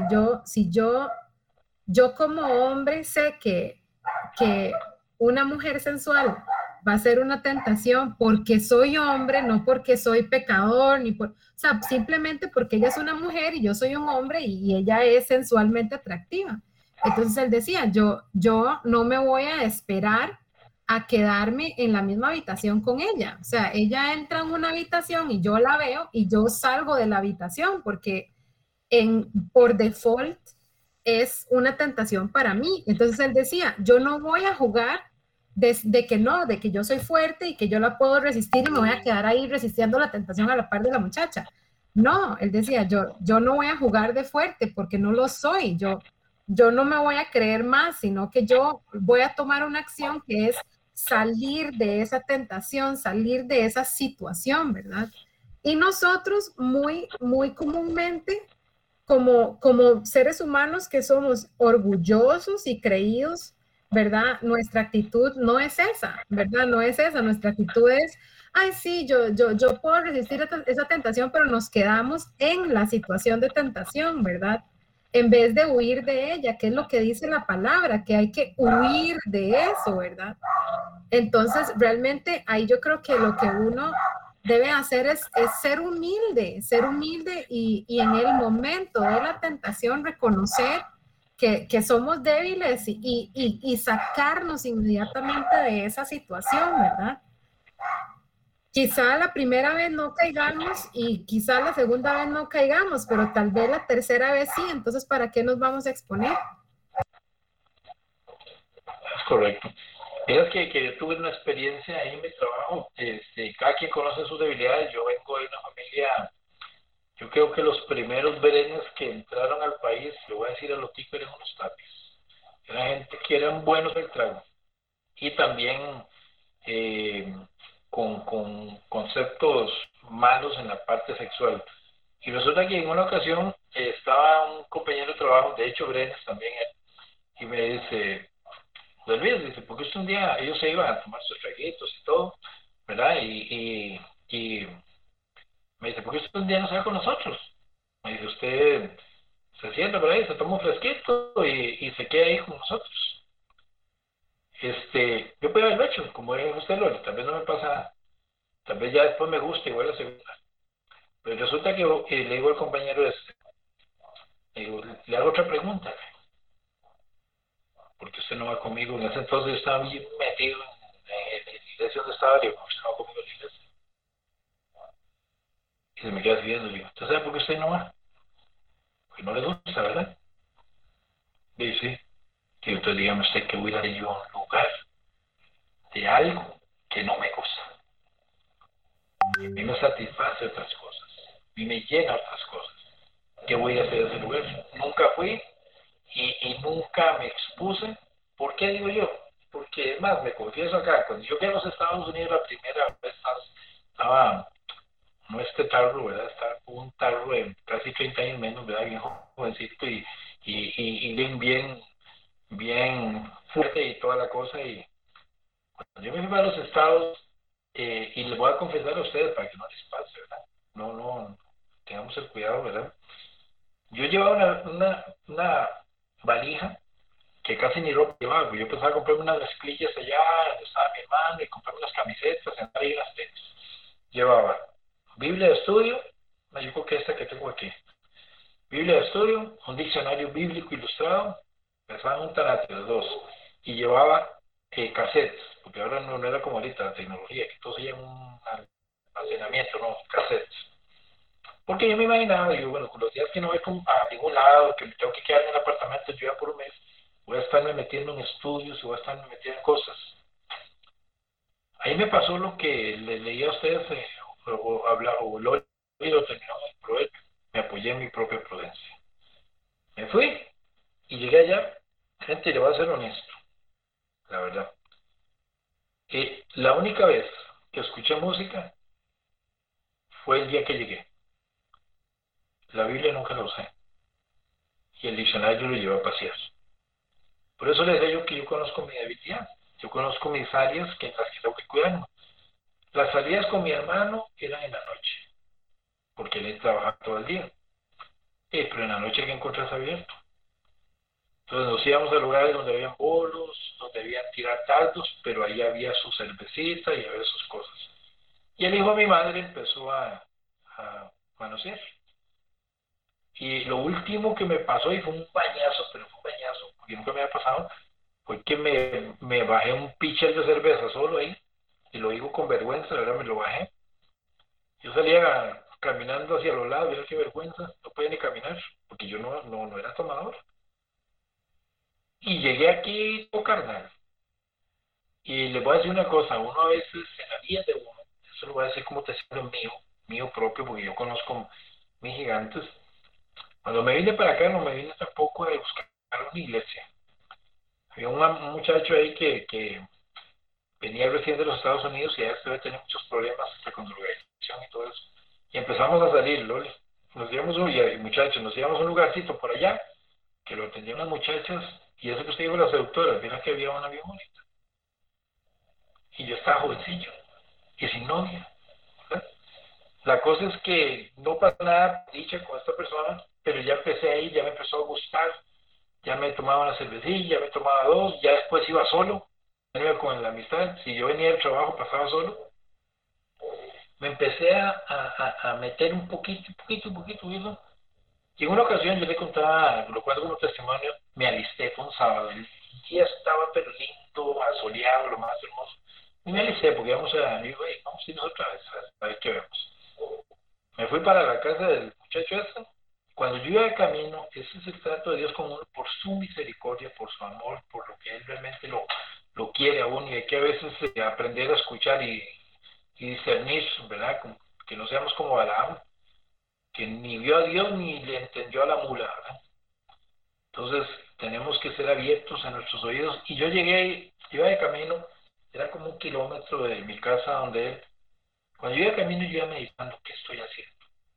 yo como hombre sé que una mujer sensual va a ser una tentación porque soy hombre, no porque soy pecador, o sea, simplemente porque ella es una mujer y yo soy un hombre y ella es sensualmente atractiva. Entonces él decía, yo no me voy a esperar a quedarme en la misma habitación con ella. O sea, ella entra en una habitación y yo la veo y yo salgo de la habitación porque por default es una tentación para mí. Entonces él decía, yo no voy a jugar de que yo soy fuerte y que yo la puedo resistir y me voy a quedar ahí resistiendo la tentación a la par de la muchacha. No, él decía, yo no voy a jugar de fuerte porque no lo soy. Yo no me voy a creer más, sino que yo voy a tomar una acción que es salir de esa tentación, salir de esa situación, ¿verdad? Y nosotros muy comúnmente como seres humanos que somos orgullosos y creídos, ¿verdad? Nuestra actitud no es esa, ¿verdad? No es esa. Nuestra actitud es, ay, sí, yo puedo resistir esa tentación, pero nos quedamos en la situación de tentación, ¿verdad? En vez de huir de ella, que es lo que dice la palabra, que hay que huir de eso, ¿verdad? Entonces, realmente ahí yo creo que lo que uno debe hacer es ser humilde y en el momento de la tentación reconocer que somos débiles y sacarnos inmediatamente de esa situación, ¿verdad? Quizá la primera vez no caigamos y quizá la segunda vez no caigamos, pero tal vez la tercera vez sí, entonces ¿para qué nos vamos a exponer? es correcto. Fíjate que yo tuve una experiencia ahí en mi trabajo. Cada quien conoce sus debilidades. Yo vengo de una familia, yo creo que los primeros berenes que entraron al país, le voy a decir a los ticos, eran unos tapis. Era gente que eran buenos del trago y también eh, con conceptos malos en la parte sexual. Y resulta que en una ocasión estaba un compañero de trabajo, de hecho Brenes también él, y me dice, pues Luis, dice, porque usted un día, ellos se iban a tomar sus traguitos y todo, ¿verdad? Y me dice, ¿por qué usted un día no se va con nosotros? Me dice, usted se sienta por ahí, se toma un fresquito y se queda ahí con nosotros. Yo puedo haberlo hecho, como dijo usted, Loli, tal vez no me pasa nada. Tal vez ya después me guste igual la segunda. Pero resulta que le digo al compañero le digo, le hago otra pregunta, porque usted no va conmigo. En ese entonces yo estaba bien metido en la iglesia donde estaba, le digo, usted no va conmigo a la iglesia. Y se me queda así viendo, le digo, ¿usted sabe por qué usted no va? Porque no le gusta, ¿verdad? Y dice, sí. Y entonces dígame usted que voy a ir yo a un lugar de algo que no me gusta. Y a mí me satisface otras cosas. Y me llena otras cosas. ¿Qué voy a hacer en ese lugar? Nunca fui y nunca me expuse. ¿Por qué digo yo? Porque es más, me confieso acá, cuando yo fui a los Estados Unidos la primera vez, estaba no tarro, ¿verdad? Estaba con un tarro de casi 30 años menos, ¿verdad? Bien jovencito y bien fuerte y toda la cosa. Y cuando yo me fui a los Estados, y les voy a confesar a ustedes para que no les pase, ¿verdad? No, tengamos el cuidado, ¿verdad? Yo llevaba una valija que casi ni ropa llevaba, porque yo pensaba comprarme unas mezclillas allá donde estaba mi hermano y comprarme unas camisetas, andar ahí las tenis. Llevaba Biblia de estudio, yo creo que esta que tengo aquí, Biblia de estudio, un diccionario bíblico ilustrado, pesaba un tanate, los dos, y llevaba cassettes, porque ahora no era como ahorita la tecnología, que todo se lleva un almacenamiento, no, cassettes. Porque yo me imaginaba, digo, bueno, con los días que no voy a ningún lado, que me tengo que quedar en el apartamento yo ya por un mes, voy a estarme metiendo en estudios y voy a estarme metiendo en cosas. Ahí me pasó lo que les leí a ustedes, o lo terminamos en proverbio. Me apoyé en mi propia prudencia. Me fui y llegué allá. Gente, le voy a ser honesto, la verdad. La única vez que escuché música fue el día que llegué. La Biblia nunca la usé. Y el diccionario lo llevé a pasear. Por eso les digo que yo conozco mi debilidad. Yo conozco mis áreas que en las que tengo que cuidarme. Las salidas con mi hermano eran en la noche, porque él trabajaba todo el día. Pero en la noche hay que encontrarse abierto. Entonces nos íbamos a lugares donde habían bolos, donde habían tirar taldos, pero ahí había su cervecita y había sus cosas. Y el hijo de mi madre empezó a manosear. Y lo último que me pasó, y fue un bañazo, pero fue un bañazo, porque nunca me había pasado, fue que me bajé un pitcher de cerveza solo ahí, y lo digo con vergüenza, de verdad me lo bajé. Yo salía caminando hacia los lados, mira qué vergüenza, no podía ni caminar, porque yo no era tomador. Y llegué aquí todo carnal. Y les voy a decir una cosa, uno a veces en la vida de uno, eso lo voy a decir como testimonio mío propio, porque yo conozco mis gigantes. Cuando me vine para acá, no me vine tampoco a buscar una iglesia. Había un muchacho ahí que venía recién de los Estados Unidos y ya debe tener muchos problemas con drogadicción y todo eso. Y empezamos a salir, Loli. Nos íbamos, y muchachos, nos íbamos a un lugarcito por allá, que lo atendían las muchachas, y eso que usted dijo, las seductoras, mira que había una bien bonita. Y yo estaba jovencillo, y sin novia, ¿verdad? La cosa es que no pasa nada dicha con esta persona, pero ya empecé ahí, ya me empezó a gustar, ya me tomaba una cervecilla, ya me tomaba dos, ya después iba solo, no iba con la amistad, si yo venía del trabajo pasaba solo, me empecé a meter un poquito, ¿no? Y en una ocasión yo le contaba, lo cuento como testimonio, me alisté, fue un sábado, el día estaba pero lindo, asoleado, lo más hermoso, y me alisté porque digo, hey, vamos a irnos otra vez, a ver qué vemos. Me fui para la casa del muchacho ese. Cuando yo iba de camino, ese es el trato de Dios con uno por su misericordia, por su amor, por lo que Él realmente lo quiere a uno. Y hay que a veces aprender a escuchar y discernir, ¿verdad? Que no seamos como Balaam, que ni vio a Dios ni le entendió a la mula, ¿verdad? Entonces tenemos que ser abiertos a nuestros oídos. Y yo iba de camino, era como 1 kilómetro de mi casa donde Él. Cuando yo iba de camino, yo iba meditando, ¿qué estoy haciendo?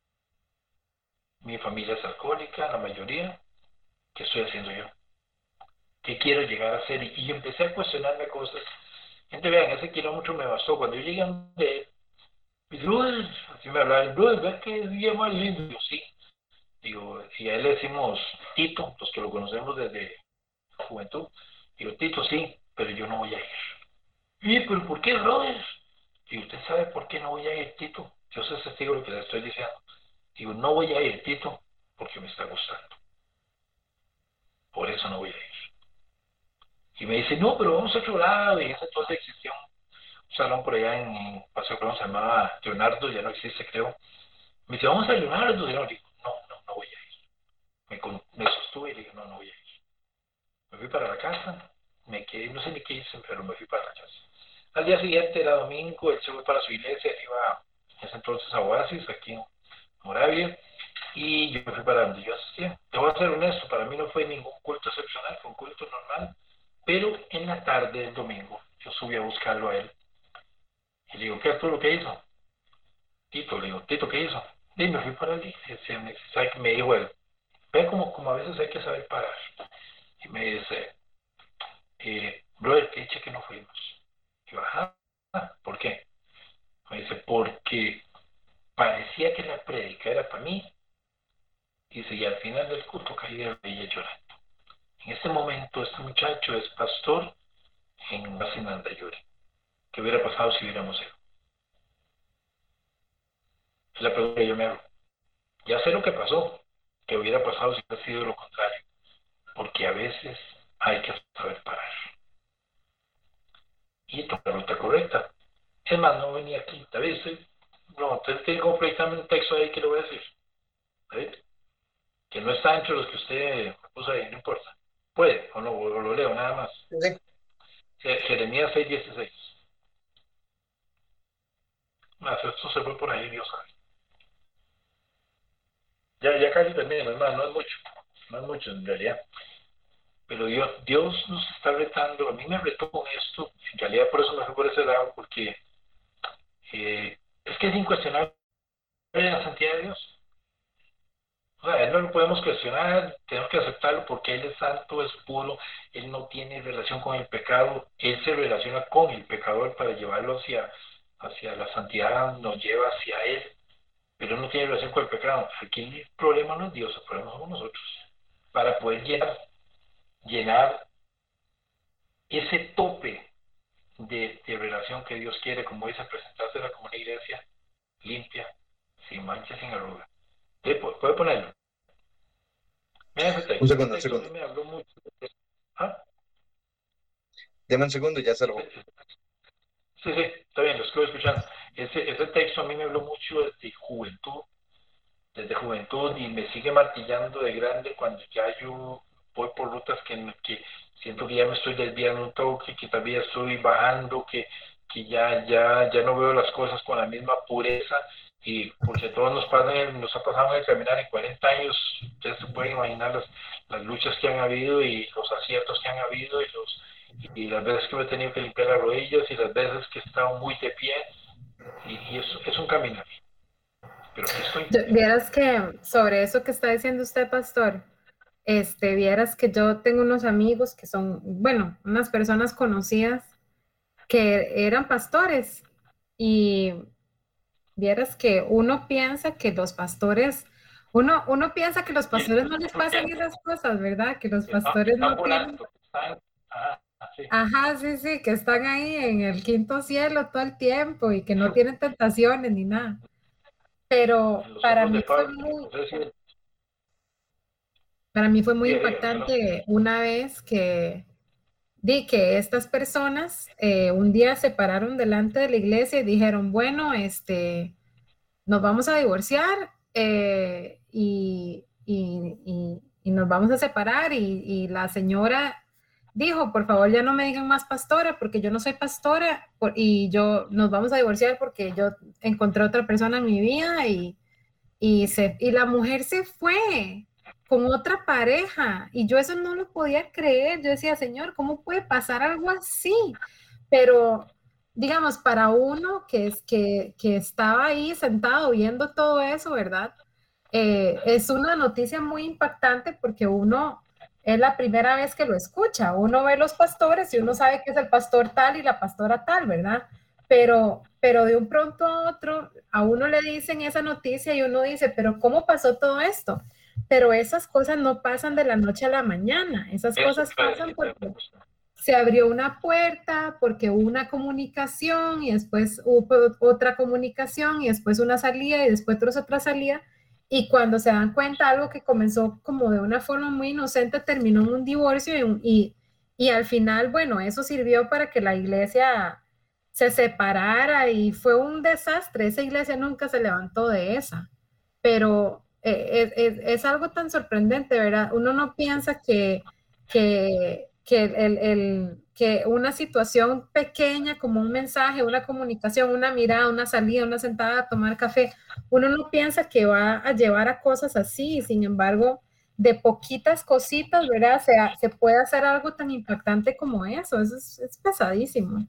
Mi familia es alcohólica, la mayoría. ¿Qué estoy haciendo yo? ¿Qué quiero llegar a hacer? Y yo empecé a cuestionarme cosas. Gente, vean, ese kilómetro me bastó. Cuando yo llegué a donde él, mi brother, así me hablaba, el brother, ¿ves qué día más lindo? Yo, sí. Digo, y a él le decimos Tito, los que lo conocemos desde juventud. Digo, Tito, sí, pero yo no voy a ir. Y, pero ¿por qué, brother? Y usted sabe por qué no voy a ir, Tito. Yo soy testigo de lo que le estoy diciendo. Digo, no voy a ir, Tito, porque me está gustando. Por eso no voy a ir. Y me dice, no, pero vamos a otro lado. Y en ese entonces existía un salón por allá en Paseo Colón, se llamaba Leonardo, ya no existe, creo. Me dice, vamos a Leonardo. Y yo digo, no voy a ir. Me sostuve y le dije, no voy a ir. Me fui para la casa, me quedé, no sé ni qué hice, pero me fui para la casa. Al día siguiente era domingo, él se fue para su iglesia, él iba en ese entonces a Oasis, aquí en Moravia, y yo me fui para donde yo asistía. Te voy a ser honesto, para mí no fue ningún culto excepcional, fue un culto normal, pero en la tarde del domingo yo subí a buscarlo a él. Y le digo, ¿qué es todo lo que hizo? Tito, le digo, Tito, ¿qué hizo? Y me fui para allí. Me dijo él, ve como a veces hay que saber parar. Y me dice, brother, qué dicha que no fuimos. Y yo, ajá, ¿por qué? Me dice, porque parecía que la prédica era para mí. Dice, y al final del culto caí de rodillas llorando. En este momento, este muchacho es pastor en Masinandayuri. ¿Qué hubiera pasado si hubiéramos ido? Es la pregunta que yo me hago. Ya sé lo que pasó. que hubiera pasado si hubiera sido lo contrario, porque a veces hay que saber parar y tomar la ruta correcta. Es más, no venía aquí, David, no, entonces tiene que completarme un texto ahí que le voy a decir, David, que no está entre los que usted puso ahí, no importa. Puede, o no, o lo leo nada más. Sí. Jeremías 6:16. Más, esto se fue por ahí, Dios sabe. Ya casi termino, hermano, no es mucho en realidad. Pero Dios nos está retando, a mí me retó con esto, en realidad por eso me fui por ese lado, porque es que es incuestionable la santidad de Dios. O sea, él no lo podemos cuestionar, tenemos que aceptarlo porque Él es santo, es puro, Él no tiene relación con el pecado, Él se relaciona con el pecador para llevarlo hacia la santidad, nos lleva hacia Él, pero no tiene relación con el pecado. Aquí el problema no es Dios, el problema somos nosotros. Para poder llenar ese tope de relación que Dios quiere, como dice, presentársela como una iglesia limpia, sin mancha, sin arruga. ¿Puede ponerlo? Mira ese Un texto. Ese segundo, un texto a mí segundo. me habló mucho. ¿Ah? Deme un segundo y ya salgo. Sí, sí, está bien, lo estoy escuchando. Ese texto a mí me habló mucho desde juventud, y me sigue martillando de grande cuando ya yo voy por rutas que siento que ya me estoy desviando un toque, que todavía estoy bajando, que ya no veo las cosas con la misma pureza, y porque a todos nos ha pasado en el caminar en 40 años, ustedes se pueden imaginar las luchas que han habido y los aciertos que han habido y las veces que me he tenido que limpiar las rodillas y las veces que he estado muy de pie, y es un caminar, pero aquí estoy. Vieras que sobre eso que está diciendo usted, pastor, vieras que yo tengo unos amigos que son, bueno, unas personas conocidas que eran pastores y vieras que uno piensa que los pastores, uno piensa que los pastores no les pasan esas cosas, ¿verdad? Que los pastores Están no tienen, volando, sí. ajá, sí, sí, que están ahí en el quinto cielo todo el tiempo y que no tienen tentaciones ni nada. Pero En los ojos de Pablo, entonces sí, para mí fue muy perdón. impactante una vez que di que estas personas un día se pararon delante de la iglesia y dijeron, bueno, nos vamos a divorciar y nos vamos a separar y la señora dijo, por favor ya no me digan más pastora porque yo no soy pastora y nos vamos a divorciar porque yo encontré otra persona en mi vida y la mujer se fue con otra pareja y yo eso no lo podía creer. Yo decía, Señor, ¿cómo puede pasar algo así? Pero, digamos, para uno que estaba ahí sentado viendo todo eso, ¿verdad? Es una noticia muy impactante porque uno es la primera vez que lo escucha. Uno ve los pastores y uno sabe que es el pastor tal y la pastora tal, ¿verdad? Pero de un pronto a otro, a uno le dicen esa noticia y uno dice, pero ¿cómo pasó todo esto? Pero esas cosas no pasan de la noche a la mañana, esas Eso cosas pasan porque se abrió una puerta, porque hubo una comunicación y después hubo otra comunicación y después una salida y después otra salida. Y cuando se dan cuenta, algo que comenzó como de una forma muy inocente terminó en un divorcio y al final, bueno, eso sirvió para que la iglesia se separara y fue un desastre. Esa iglesia nunca se levantó de esa, pero es algo tan sorprendente, ¿verdad? Uno no piensa que una situación pequeña como un mensaje, una comunicación, una mirada, una salida, una sentada a tomar café, uno no piensa que va a llevar a cosas así, sin embargo, de poquitas cositas, ¿verdad? Se puede hacer algo tan impactante como eso es pesadísimo.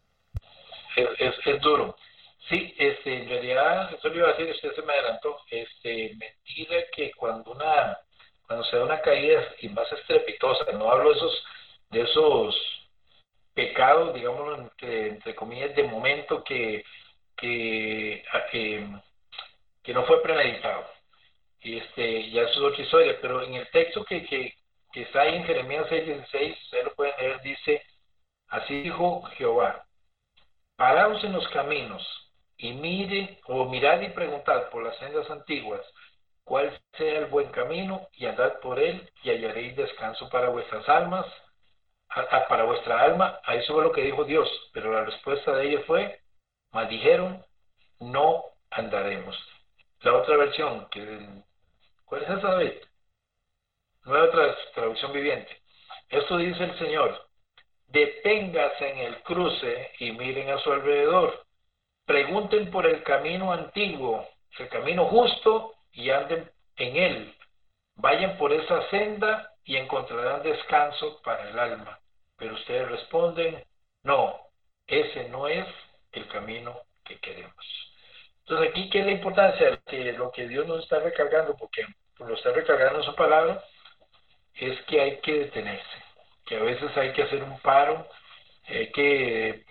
es duro. Sí, en realidad, eso le iba a decir, usted se me adelantó. Mentira que cuando se da una caída y más estrepitosa, no hablo de esos pecados, digámoslo entre comillas, de momento que, a- que, que no fue premeditado. Ya eso es otra historia, pero en el texto que está ahí en Jeremías 6:16, ustedes lo pueden leer, dice, así dijo Jehová, paraos en los caminos y mirad y preguntad por las sendas antiguas cuál sea el buen camino y andad por él y hallaréis descanso para vuestras almas, para vuestra alma. A eso fue lo que dijo Dios, pero la respuesta de ellos fue, mas dijeron, no andaremos. La otra versión, ¿cuál es esa, David? Nueva traducción viviente. Esto dice el Señor: deténgase en el cruce y miren a su alrededor. Pregunten por el camino antiguo, el camino justo, y anden en él. Vayan por esa senda y encontrarán descanso para el alma. Pero ustedes responden, no, ese no es el camino que queremos. Entonces aquí, ¿qué es la importancia? Que lo que Dios nos está recargando, porque lo está recargando en su palabra, es que hay que detenerse, que a veces hay que hacer un paro, hay que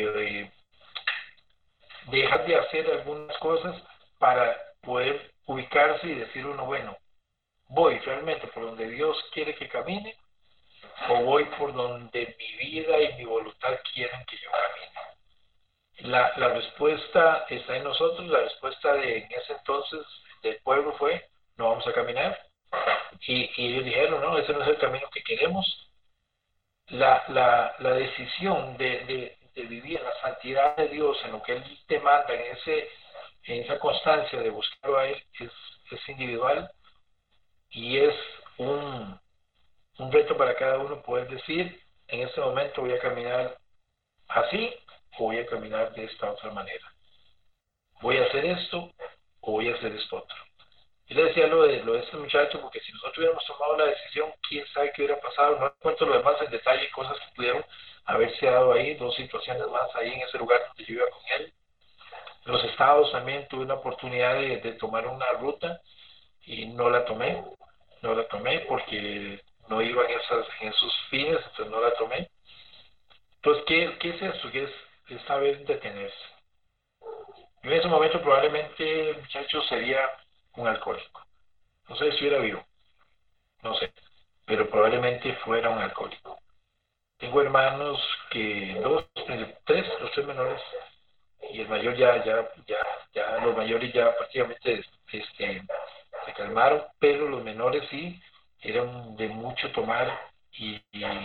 dejar de hacer algunas cosas para poder ubicarse y decir uno, bueno, ¿voy realmente por donde Dios quiere que camine o voy por donde mi vida y mi voluntad quieren que yo camine? La respuesta está en nosotros. La respuesta en ese entonces del pueblo fue, no vamos a caminar. Y ellos dijeron, no, ese no es el camino que queremos. La decisión de vivir en la santidad de Dios, en lo que Él te manda, en esa constancia de buscarlo a Él, es individual, y es un reto para cada uno poder decir, en este momento voy a caminar así o voy a caminar de esta otra manera. Voy a hacer esto o voy a hacer esto otro. Yo le decía lo de este muchacho, porque si nosotros hubiéramos tomado la decisión, quién sabe qué hubiera pasado. No cuento lo demás en detalle, cosas que pudieron haberse dado ahí, 2 situaciones más ahí en ese lugar donde yo iba con él. En los estados también tuve una oportunidad de tomar una ruta y no la tomé porque no iba en esos fines, entonces no la tomé. Entonces, ¿qué es eso? ¿Qué es saber detenerse? Yo en ese momento probablemente el muchacho sería un alcohólico. No sé si estuviera vivo, no sé, pero probablemente fuera un alcohólico. Tengo hermanos los tres menores, y el mayor ya los mayores ya prácticamente se calmaron, pero los menores sí, eran de mucho tomar, y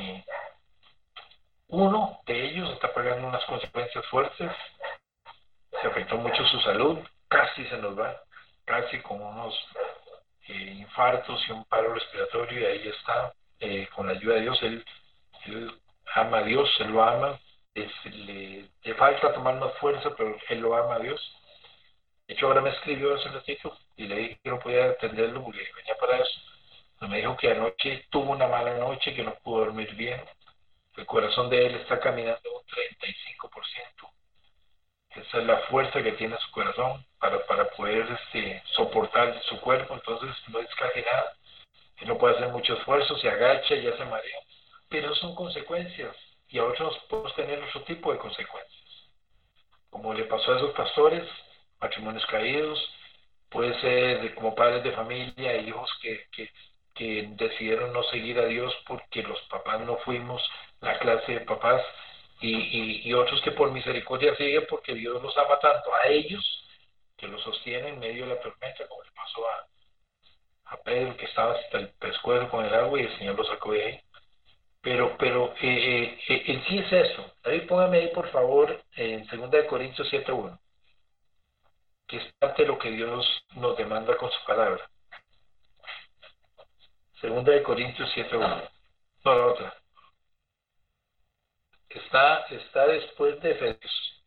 uno de ellos está pagando unas consecuencias fuertes. Se afectó mucho su salud, casi se nos va, casi con unos infartos y un paro respiratorio, y ahí está, con la ayuda de Dios. Él ama a Dios, él lo ama, le falta tomar más fuerza, pero él lo ama a Dios. De hecho, ahora me escribió hace un ratito y le dije que no podía atenderlo porque venía para eso. Me dijo que anoche tuvo una mala noche, que no pudo dormir bien. El corazón de él está caminando un 35%. Esa es la fuerza que tiene su corazón para poder soportar su cuerpo. Entonces no es casi nada. Él no puede hacer mucho esfuerzo, se agacha y ya se marea. Pero son consecuencias, y a otros podemos tener otro tipo de consecuencias. Como le pasó a esos pastores, matrimonios caídos, puede ser como padres de familia, hijos que decidieron no seguir a Dios porque los papás no fuimos la clase de papás, y otros que por misericordia siguen porque Dios los ama tanto a ellos que los sostiene en medio de la tormenta, como le pasó a Pedro, que estaba hasta el pescuezo con el agua y el Señor lo sacó de ahí. Pero en sí es eso. David, póngame ahí por favor en 2 Corintios 7:1, que es parte de lo que Dios nos demanda con su palabra. 2 Corintios 7:1. No, la otra. Está después de Efesios.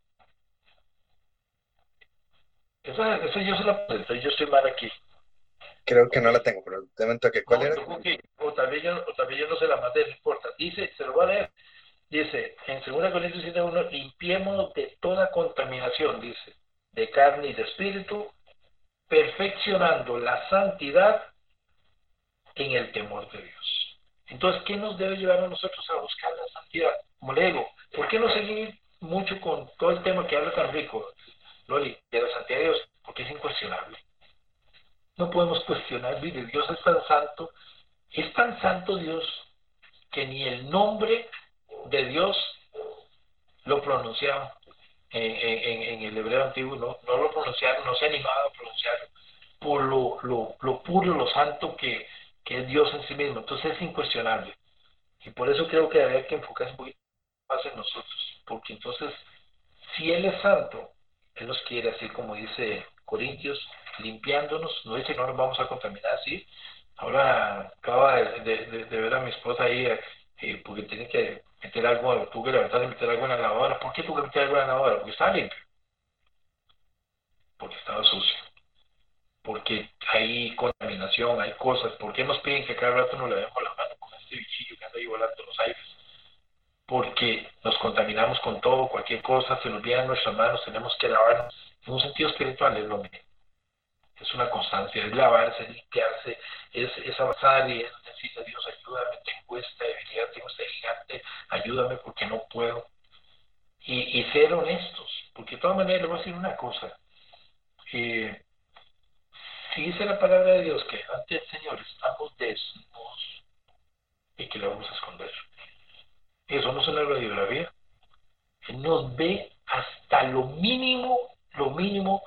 Esa yo se la presento, yo estoy mal aquí. Creo que no la tengo, pero te momento que ¿cuál No, era? yo creo que, o tal vez yo no se la mandé, no importa. Dice, se lo voy a leer. Dice, en 2 Corintios 7:1, limpiémonos de toda contaminación, dice, de carne y de espíritu, perfeccionando la santidad en el temor de Dios. Entonces, ¿qué nos debe llevar a nosotros a buscar la santidad? Como le digo, ¿por qué no seguir mucho con todo el tema que habla tan rico, Loli, de la santidad de Dios? Porque es incuestionable. No podemos cuestionar, mire, Dios es tan santo Dios, que ni el nombre de Dios lo pronunciaban en el hebreo antiguo, no lo pronunciaron, no se animaba a pronunciarlo. por lo puro, lo santo que es Dios en sí mismo. Entonces es incuestionable. Y por eso creo que habría que enfocarse un poquito más en nosotros. Porque entonces, si Él es santo, Él nos quiere, así como dice Corintios, limpiándonos. No dice que no nos vamos a contaminar, ¿sí? Ahora acaba de ver a mi esposa ahí, porque tiene que meter algo, tuve que levantar de meter algo en la lavadora. ¿Por qué tuve que meter algo en la lavadora? Porque estaba limpio, porque estaba sucio, porque hay contaminación, hay cosas. ¿Por qué nos piden que cada rato nos lavemos la mano con este bichillo que anda ahí volando los aires? Porque nos contaminamos con todo, cualquier cosa, se nos olvidan nuestras manos, tenemos que lavarnos. En un sentido espiritual es lo mismo. Es una constancia, es lavarse, es limpiarse, es avanzar y es decirle a Dios, ayúdame, tengo esta debilidad, tengo este gigante, ayúdame porque no puedo. Y ser honestos, porque de todas maneras le voy a decir una cosa. Si dice la palabra de Dios que ante el Señor estamos desnudos y que le vamos a esconder, eso no es una radiografía. Él nos ve hasta lo mínimo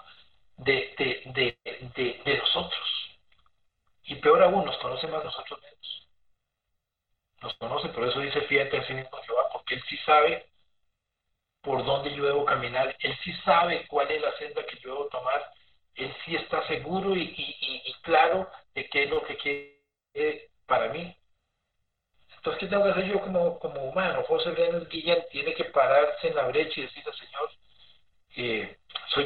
de nosotros. Y peor aún, nos conoce más nosotros mismos. Nos conoce, por eso dice, fíjate en sí mismo Jehová, porque Él sí sabe por dónde yo debo caminar. Él sí sabe cuál es la senda que yo debo tomar. Él sí está seguro y claro de qué es lo que quiere para mí. Entonces, ¿qué tengo que hacer yo como humano? José Brenes Guillén tiene que pararse en la brecha y decirle, Señor, eh, soy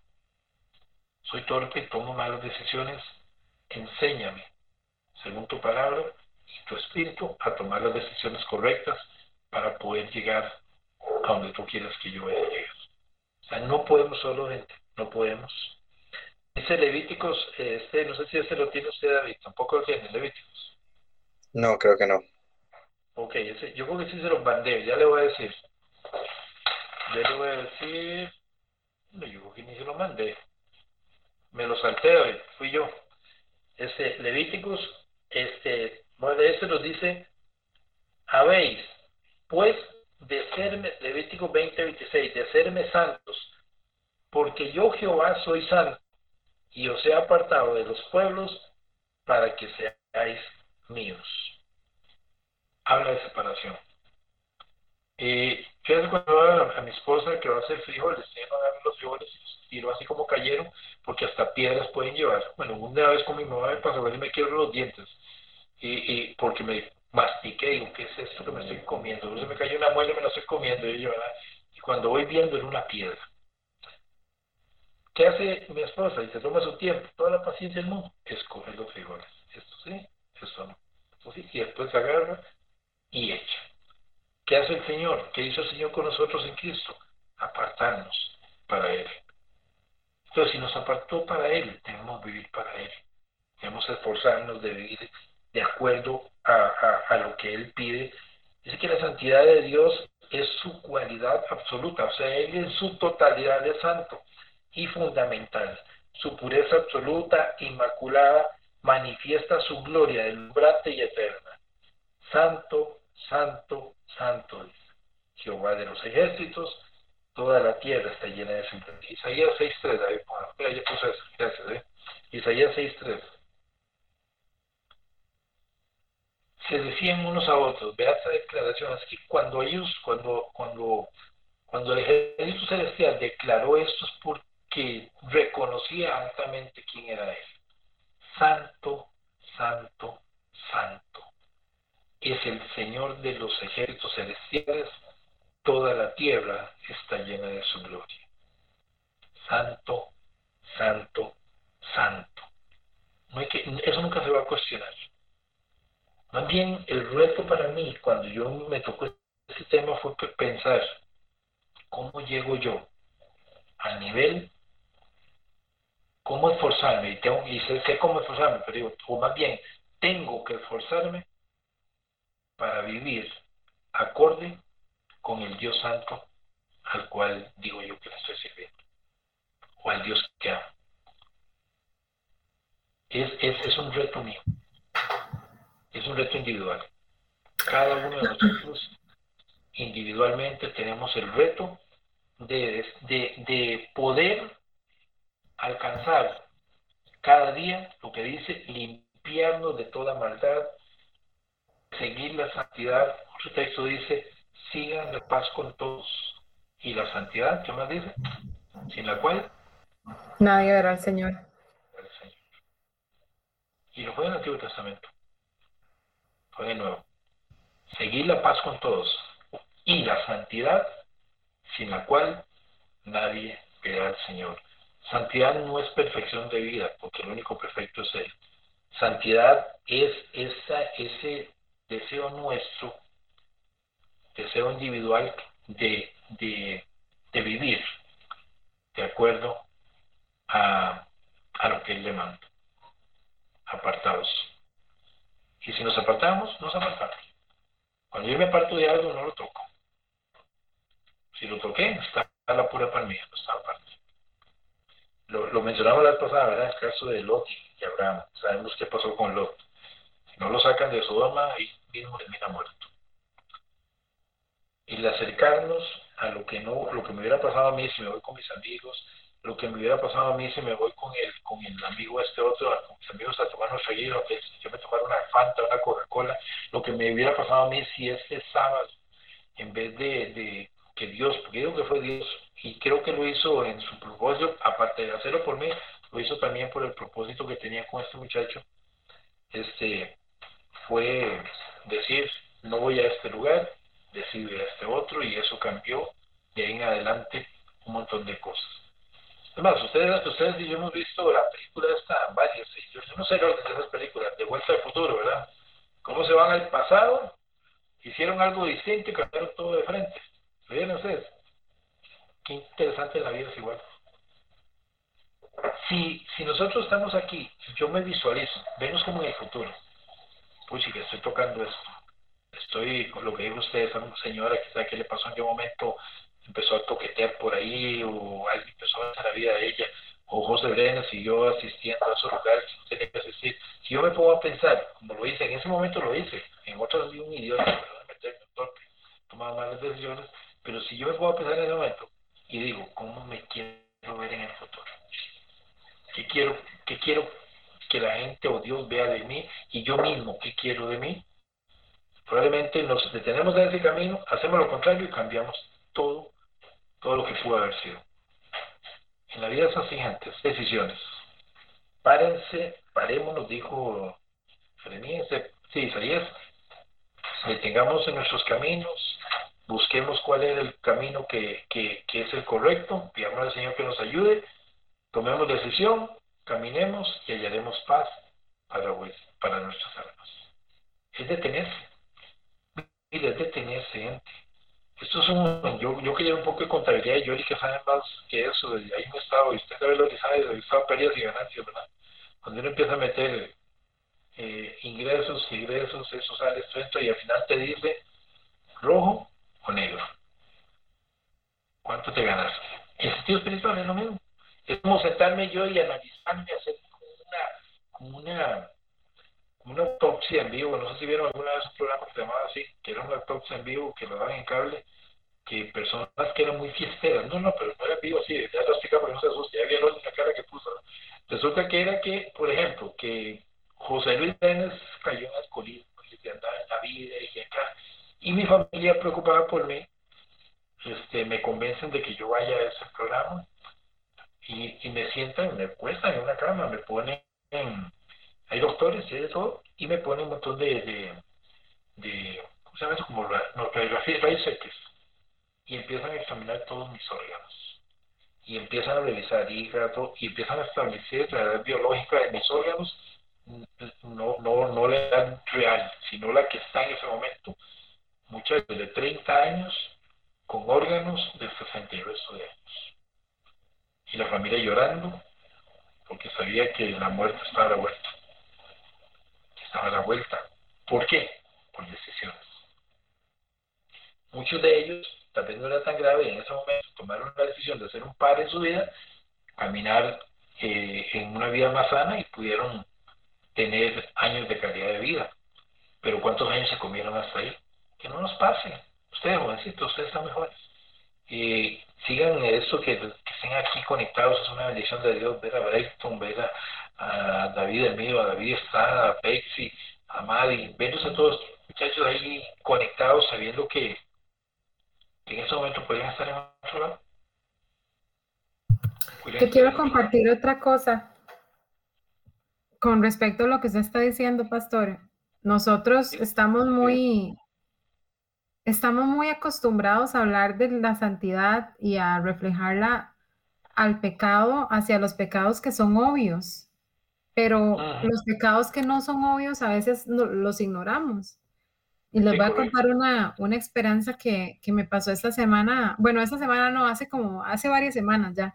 torpe, tomo malas decisiones, enséñame, según tu palabra y tu espíritu, a tomar las decisiones correctas para poder llegar a donde tú quieras que yo vaya a llegar. O sea, no podemos solo, gente, no podemos. Dice Levíticos, no sé si ese lo tiene usted, David, tampoco lo tiene, Levíticos. No, creo que no. Ok, yo creo que sí se los mandé, ya le voy a decir. Ya le voy a decir, no, yo creo que ni se lo mandé. Me lo salté hoy, fui yo. Levíticos, bueno, nos dice, habéis, pues, de serme, Levíticos 20:26, de serme santos, porque yo Jehová soy santo, y os he apartado de los pueblos para que seáis míos. Habla de separación. Fíjate cuando veo a mi esposa que va a hacer frijoles, no agarran los frijoles y los tiro así como cayeron, porque hasta piedras pueden llevar. Bueno, una vez con mi mamá me pasó, a me quiebro los dientes, porque me mastiqué, digo, ¿qué es esto que me estoy comiendo? Entonces me cayó una muela y me la estoy comiendo, y cuando voy viendo era una piedra. ¿Qué hace mi esposa? Y se toma su tiempo, toda la paciencia del mundo, escoge los frijoles. Esto sí, esto no. Esto sí, y después agarra y echa. ¿Qué hace el Señor? ¿Qué hizo el Señor con nosotros en Cristo? Apartarnos para Él. Entonces, si nos apartó para Él, debemos vivir para Él. Debemos esforzarnos de vivir de acuerdo a lo que Él pide. Dice que la santidad de Dios es su cualidad absoluta, o sea, Él en su totalidad es santo y fundamental. Su pureza absoluta, inmaculada, manifiesta su gloria deslumbrante y eterna. Santo, santo, santo es Jehová de los ejércitos, toda la tierra está llena de su gloria. Isaías 6:3, David, ya puse eso, gracias. Isaías 6:3. Se decían unos a otros, vea esta declaración, es que cuando el ejército celestial declaró esto es porque reconocía altamente quién era Él. Santo, santo, santo. Es el Señor de los ejércitos celestiales, toda la tierra está llena de su gloria. Santo, santo, santo. Eso nunca se va a cuestionar. Más bien, el reto para mí, cuando yo me tocó ese tema, fue pensar, ¿cómo llego yo al nivel? ¿Cómo esforzarme? Y sé cómo esforzarme, pero digo, o más bien, tengo que esforzarme para vivir acorde con el Dios Santo al cual digo yo que le estoy sirviendo, o al Dios que amo. Es un reto mío, es un reto individual. Cada uno de nosotros individualmente tenemos el reto de poder alcanzar cada día, lo que dice, limpiarnos de toda maldad, seguir la santidad. Otro texto dice, sigan la paz con todos. Y la santidad, ¿qué más dice? Sin la cual, Nadie verá al Señor. el Señor. Y lo fue en el Antiguo Testamento, fue en el Nuevo. Seguir la paz con todos. Y la santidad, sin la cual nadie verá al Señor. Santidad no es perfección de vida, porque el único perfecto es Él. Santidad es ese deseo nuestro, deseo individual de vivir de acuerdo a lo que Él le manda, apartados. Y si nos apartamos, nos apartamos. Cuando yo me aparto de algo, no lo toco. Si lo toqué, está a la pura palmilla, no está aparte. Lo mencionamos la vez pasada, ¿verdad? El caso de Lot y Abraham. Sabemos qué pasó con Lot. Si no lo sacan de Sodoma, ahí mismo termina muerto. El acercarnos a lo que me hubiera pasado a mí si me voy con mis amigos, lo que me hubiera pasado a mí si me voy con el amigo con mis amigos a tomar nuestro guiro, que yo me tomara una Fanta, una Coca-Cola, lo que me hubiera pasado a mí si este sábado, en vez de que Dios, porque digo que fue Dios, y creo que lo hizo en su propósito, aparte de hacerlo por mí, lo hizo también por el propósito que tenía con este muchacho, fue decir, no voy a este lugar, decido ir a este otro, y eso cambió de ahí en adelante un montón de cosas. Además, ustedes y yo hemos visto la película esta varias, y yo no sé el orden de esas películas, de Vuelta al Futuro, ¿verdad? Cómo se van al pasado, hicieron algo distinto y cambiaron todo de frente. ¿Lo vieron ustedes? Qué interesante, la vida es igual. Si nosotros estamos aquí, yo me visualizo, vemos como en el futuro. Pues sí, que estoy tocando esto. Estoy, con lo que dijo usted, esa señora quizá que le pasó en qué momento, empezó a toquetear por ahí, o alguien empezó a hacer la vida de ella, o José Brenes siguió asistiendo a esos lugares que no tenía que asistir. Si yo me pongo a pensar, como lo hice, en ese momento lo hice, en otros di un idiota, pero meterme en torpe, tomaba malas decisiones, pero si yo me pongo a pensar en ese momento, y digo, ¿cómo me quiero ver en el futuro? ¿Qué quiero que la gente o Dios vea de mí? Y yo mismo, ¿qué quiero de mí? Probablemente nos detenemos en ese camino, hacemos lo contrario y cambiamos todo lo que pudo haber sido. En la vida son siguientes decisiones. Parémonos, dijo Isaías, detengamos en nuestros caminos, busquemos cuál es el camino que es el correcto, pidamos al Señor que nos ayude, tomemos decisión, caminemos y hallaremos paz para nuestras almas. Es detenerse. Y es detenerse, gente. Esto es yo que llevo un poco de contabilidad y Yoli que sabe más que eso, desde ahí me estado, y usted sabe lo que sabe, de pérdidas y ganancias, ¿verdad? Cuando uno empieza a meter ingresos, eso sale, esto entra y al final te dice rojo o negro. ¿Cuánto te ganaste? El sentido espiritual es lo mismo. Es como sentarme yo y analizarme, hacer una autopsia en vivo. No sé si vieron alguna vez un programa que se llamaba así, que era una autopsia en vivo que lo daban en cable, que personas que eran muy fiesteras, pero no era en vivo así, ya lo explica porque no se asuste, ya vieron la cara que puso, ¿no? Resulta que era que, por ejemplo, que José Luis Vélez cayó en alcoholismo y que andaba en la vida y acá, y mi familia preocupada por mí, me convencen de que yo vaya a ese programa y me sientan, me cuestan en una cama, me ponen, hay doctores y de todo, y me ponen un montón ¿cómo se llama eso? Como radiografías, rayos X, y empiezan a examinar todos mis órganos, y empiezan a revisar hígado, y empiezan a establecer la edad biológica de mis órganos, no la edad real, sino la que está en ese momento, muchas de 30 años, con órganos de 60 y resto de años. Y la familia llorando, porque sabía que la muerte estaba a la vuelta. Estaba a la vuelta. ¿Por qué? Por decisiones. Muchos de ellos, tal vez no era tan grave, y en ese momento tomaron la decisión de hacer un par en su vida, caminar en una vida más sana y pudieron tener años de calidad de vida. Pero ¿cuántos años se comieron hasta ahí? Que no nos pase. Ustedes, jovencitos, ustedes están mejores. Sigan eso, que estén aquí conectados, es una bendición de Dios, ver a Brayton, ver a David Emilio, a David Estrada, a Pexi, a Madi, viéndose a todos los muchachos ahí conectados, sabiendo que en ese momento podrían estar en otro lado. Yo quiero compartir otra cosa con respecto a lo que usted está diciendo, pastor. Nosotros estamos muy acostumbrados a hablar de la santidad y a reflejarla al pecado, hacia los pecados que son obvios, pero los pecados que no son obvios a veces los ignoramos. Y les voy a contar una experiencia que me pasó esta semana. Bueno, esta semana no, hace varias semanas ya.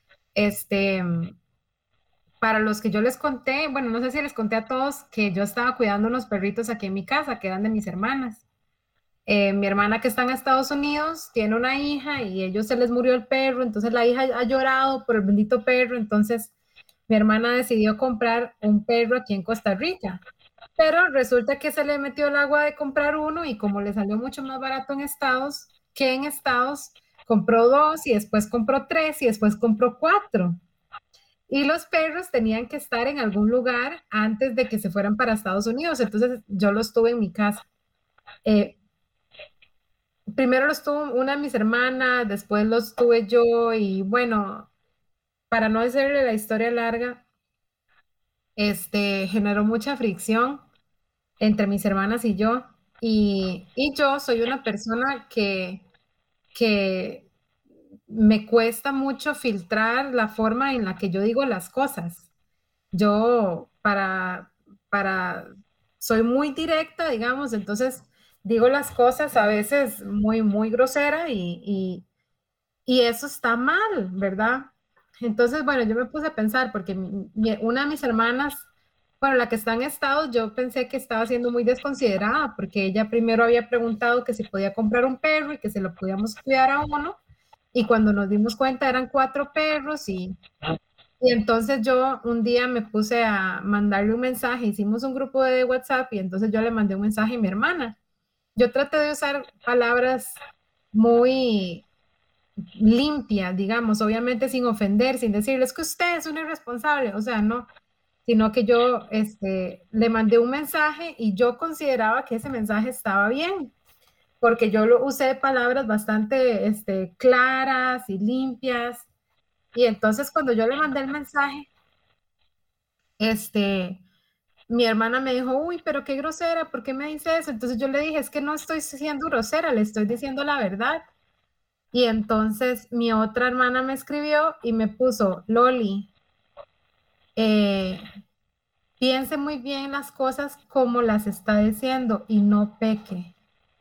Para los que yo les conté, bueno, no sé si les conté a todos que yo estaba cuidando unos perritos aquí en mi casa, que eran de mis hermanas. Mi hermana que está en Estados Unidos tiene una hija y ellos se les murió el perro, entonces la hija ha llorado por el bendito perro, entonces mi hermana decidió comprar un perro aquí en Costa Rica, pero resulta que se le metió el agua de comprar uno y como le salió mucho más barato en Estados, compró 2 y después compró 3 y después compró 4. Y los perros tenían que estar en algún lugar antes de que se fueran para Estados Unidos, entonces yo los tuve en mi casa. Primero los tuvo una de mis hermanas, después los tuve yo y bueno, para no hacerle la historia larga, generó mucha fricción entre mis hermanas y yo. Y yo soy una persona que me cuesta mucho filtrar la forma en la que yo digo las cosas. Yo soy muy directa, digamos, entonces digo las cosas a veces muy, muy grosera y eso está mal, ¿verdad? Entonces, bueno, yo me puse a pensar porque una de mis hermanas, bueno, la que está en Estados, yo pensé que estaba siendo muy desconsiderada porque ella primero había preguntado que si podía comprar un perro y que se lo podíamos cuidar a uno y cuando nos dimos cuenta eran 4 perros y entonces yo un día me puse a mandarle un mensaje, hicimos un grupo de WhatsApp y entonces yo le mandé un mensaje a mi hermana. Yo traté de usar palabras muy limpias, digamos, obviamente sin ofender, sin decirle, es que usted es un irresponsable, o sea, no, sino que yo le mandé un mensaje y yo consideraba que ese mensaje estaba bien, porque yo lo usé palabras bastante claras y limpias. Y entonces cuando yo le mandé el mensaje, mi hermana me dijo, uy, pero qué grosera, ¿por qué me dice eso? Entonces yo le dije, es que no estoy siendo grosera, le estoy diciendo la verdad. Y entonces mi otra hermana me escribió y me puso, Loli, piense muy bien las cosas como las está diciendo y no peque.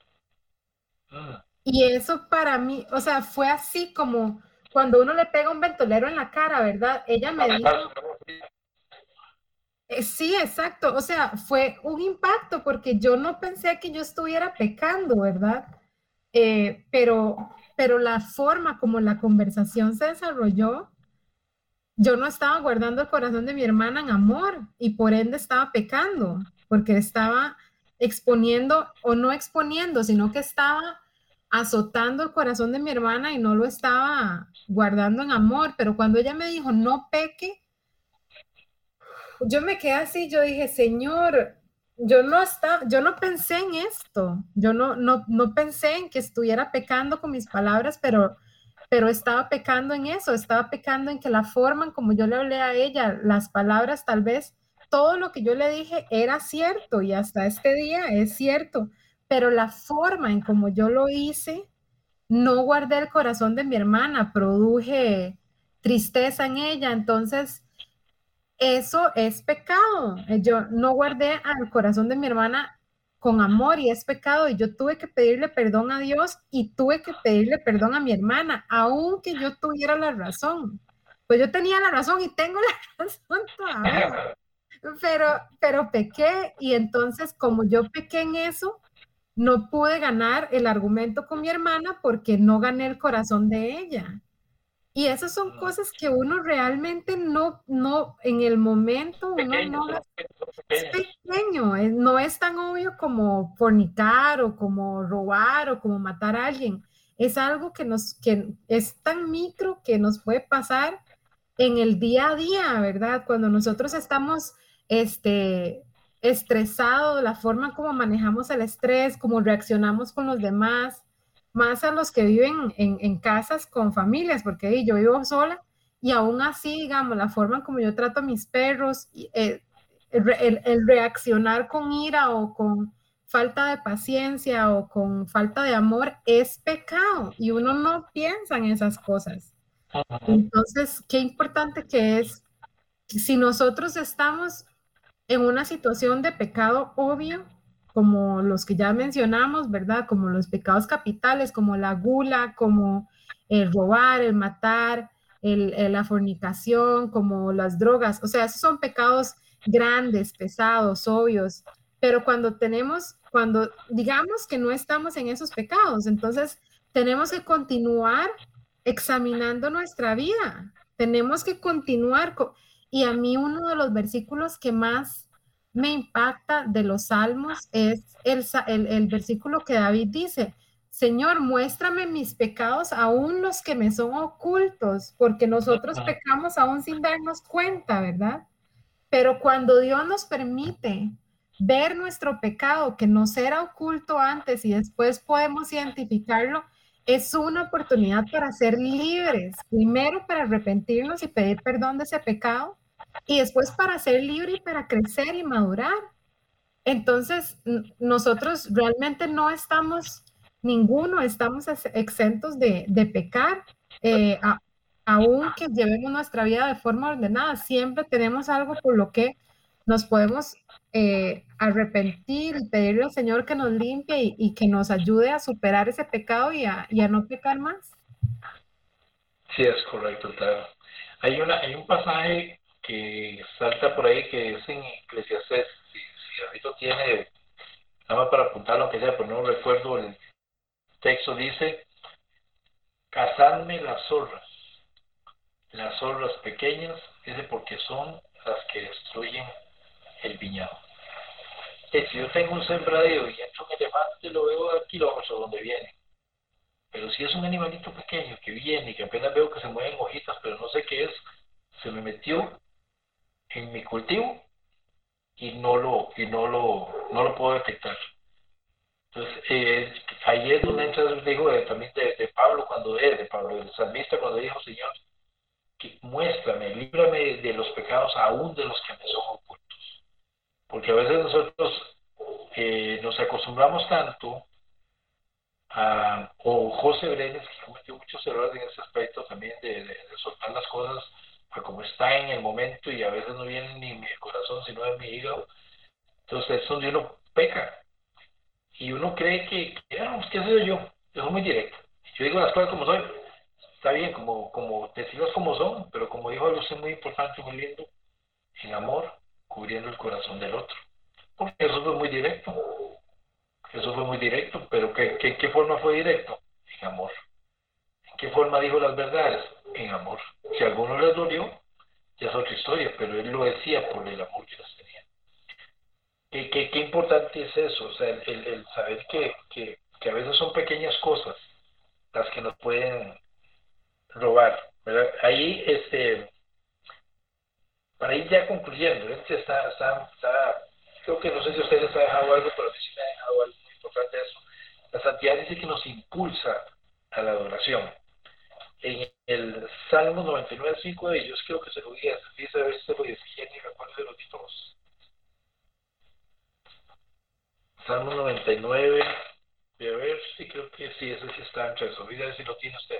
Y eso para mí, o sea, fue así como cuando uno le pega un ventolero en la cara, ¿verdad? Ella me dijo, sí, exacto, o sea, fue un impacto porque yo no pensé que yo estuviera pecando, ¿verdad? Pero la forma como la conversación se desarrolló, yo no estaba guardando el corazón de mi hermana en amor y por ende estaba pecando, porque estaba exponiendo o no exponiendo, sino que estaba azotando el corazón de mi hermana y no lo estaba guardando en amor. Pero cuando ella me dijo, no peque, yo me quedé así, yo dije, Señor, yo no pensé en esto, yo no pensé en que estuviera pecando con mis palabras, pero estaba pecando en eso, estaba pecando en que la forma en como yo le hablé a ella, las palabras tal vez, todo lo que yo le dije era cierto y hasta este día es cierto, pero la forma en como yo lo hice, no guardé el corazón de mi hermana, produje tristeza en ella, entonces eso es pecado. Yo no guardé al corazón de mi hermana con amor y es pecado y yo tuve que pedirle perdón a Dios y tuve que pedirle perdón a mi hermana, aunque yo tuviera la razón. Pues yo tenía la razón y tengo la razón todavía, pero pequé y entonces como yo pequé en eso, no pude ganar el argumento con mi hermana porque no gané el corazón de ella. Y esas son cosas que uno realmente en el momento, uno no las es pequeño, no es tan obvio como fornicar o como robar o como matar a alguien. Es algo que es tan micro que nos puede pasar en el día a día, ¿verdad? Cuando nosotros estamos estresados, la forma como manejamos el estrés, cómo reaccionamos con los demás, más a los que viven en casas con familias, porque yo vivo sola y aún así, digamos, la forma como yo trato a mis perros, el reaccionar con ira o con falta de paciencia o con falta de amor es pecado y uno no piensa en esas cosas. Entonces, qué importante que es, que si nosotros estamos en una situación de pecado obvio, como los que ya mencionamos, ¿verdad? Como los pecados capitales, como la gula, como el robar, el matar, la fornicación, como las drogas. O sea, esos son pecados grandes, pesados, obvios. Pero cuando digamos que no estamos en esos pecados, entonces tenemos que continuar examinando nuestra vida. Tenemos que continuar. Y a mí uno de los versículos que más me impacta de los salmos es el versículo que David dice, Señor, muéstrame mis pecados, aún los que me son ocultos, porque nosotros pecamos aún sin darnos cuenta, ¿verdad? Pero cuando Dios nos permite ver nuestro pecado que nos era oculto antes y después podemos identificarlo, es una oportunidad para ser libres. Primero para arrepentirnos y pedir perdón de ese pecado y después para ser libre y para crecer y madurar. Entonces, nosotros realmente no estamos, ninguno estamos exentos de pecar. Aunque llevemos nuestra vida de forma ordenada, siempre tenemos algo por lo que nos podemos arrepentir y pedirle al Señor que nos limpie y que nos ayude a superar ese pecado y a no pecar más. Sí, es correcto, claro. Hay un pasaje que salta por ahí que es en Eclesiastés. Si David lo tiene, nada más para apuntarlo, aunque sea, pero no recuerdo el texto, dice, cazadme las zorras pequeñas, dice, porque son las que destruyen el viñedo. Si yo tengo un sembradío y entra un elefante, lo veo a kilómetros donde viene. Pero si es un animalito pequeño que viene y que apenas veo que se mueven hojitas, pero no sé qué es, se me metió en mi cultivo y no lo puedo detectar. Entonces, ahí es donde entra el digo también de Pablo, del salmista, cuando dijo, Señor, que muéstrame, líbrame de los pecados aún de los que me son ocultos. Porque a veces nosotros nos acostumbramos tanto o José Brenes, que cometió muchos errores en ese aspecto también de soltar las cosas a como está en el momento y a veces no viene ni mi corazón sino de mi hígado. Entonces es donde uno peca y uno cree que no, ¿qué sé yo? Yo soy muy directo. Yo digo las cosas como soy. Está bien, como decirlas como son, pero como dijo algo muy importante, muy lindo, en amor, cubriendo el corazón del otro. Porque eso fue muy directo. Eso fue muy directo, pero ¿qué forma fue directo? En amor. ¿En qué forma dijo las verdades? En amor. Si a alguno les dolió, ya es otra historia, pero él lo decía por el amor que les tenía. ¿Qué importante es eso? O sea, el saber que a veces son pequeñas cosas las que nos pueden robar, ¿verdad? Ahí, para ir ya concluyendo, creo que no sé si ustedes han dejado algo, pero a mí sí me ha dejado algo muy importante eso. La santidad dice que nos impulsa a la adoración. En el Salmo 99, 5 de ellos, creo que se lo dice, a ver si se lo dice, Jenny, recuerde los títulos. Salmo 99, voy a ver si creo que sí, ese sí está entre eso. Voy a ver si lo tiene usted.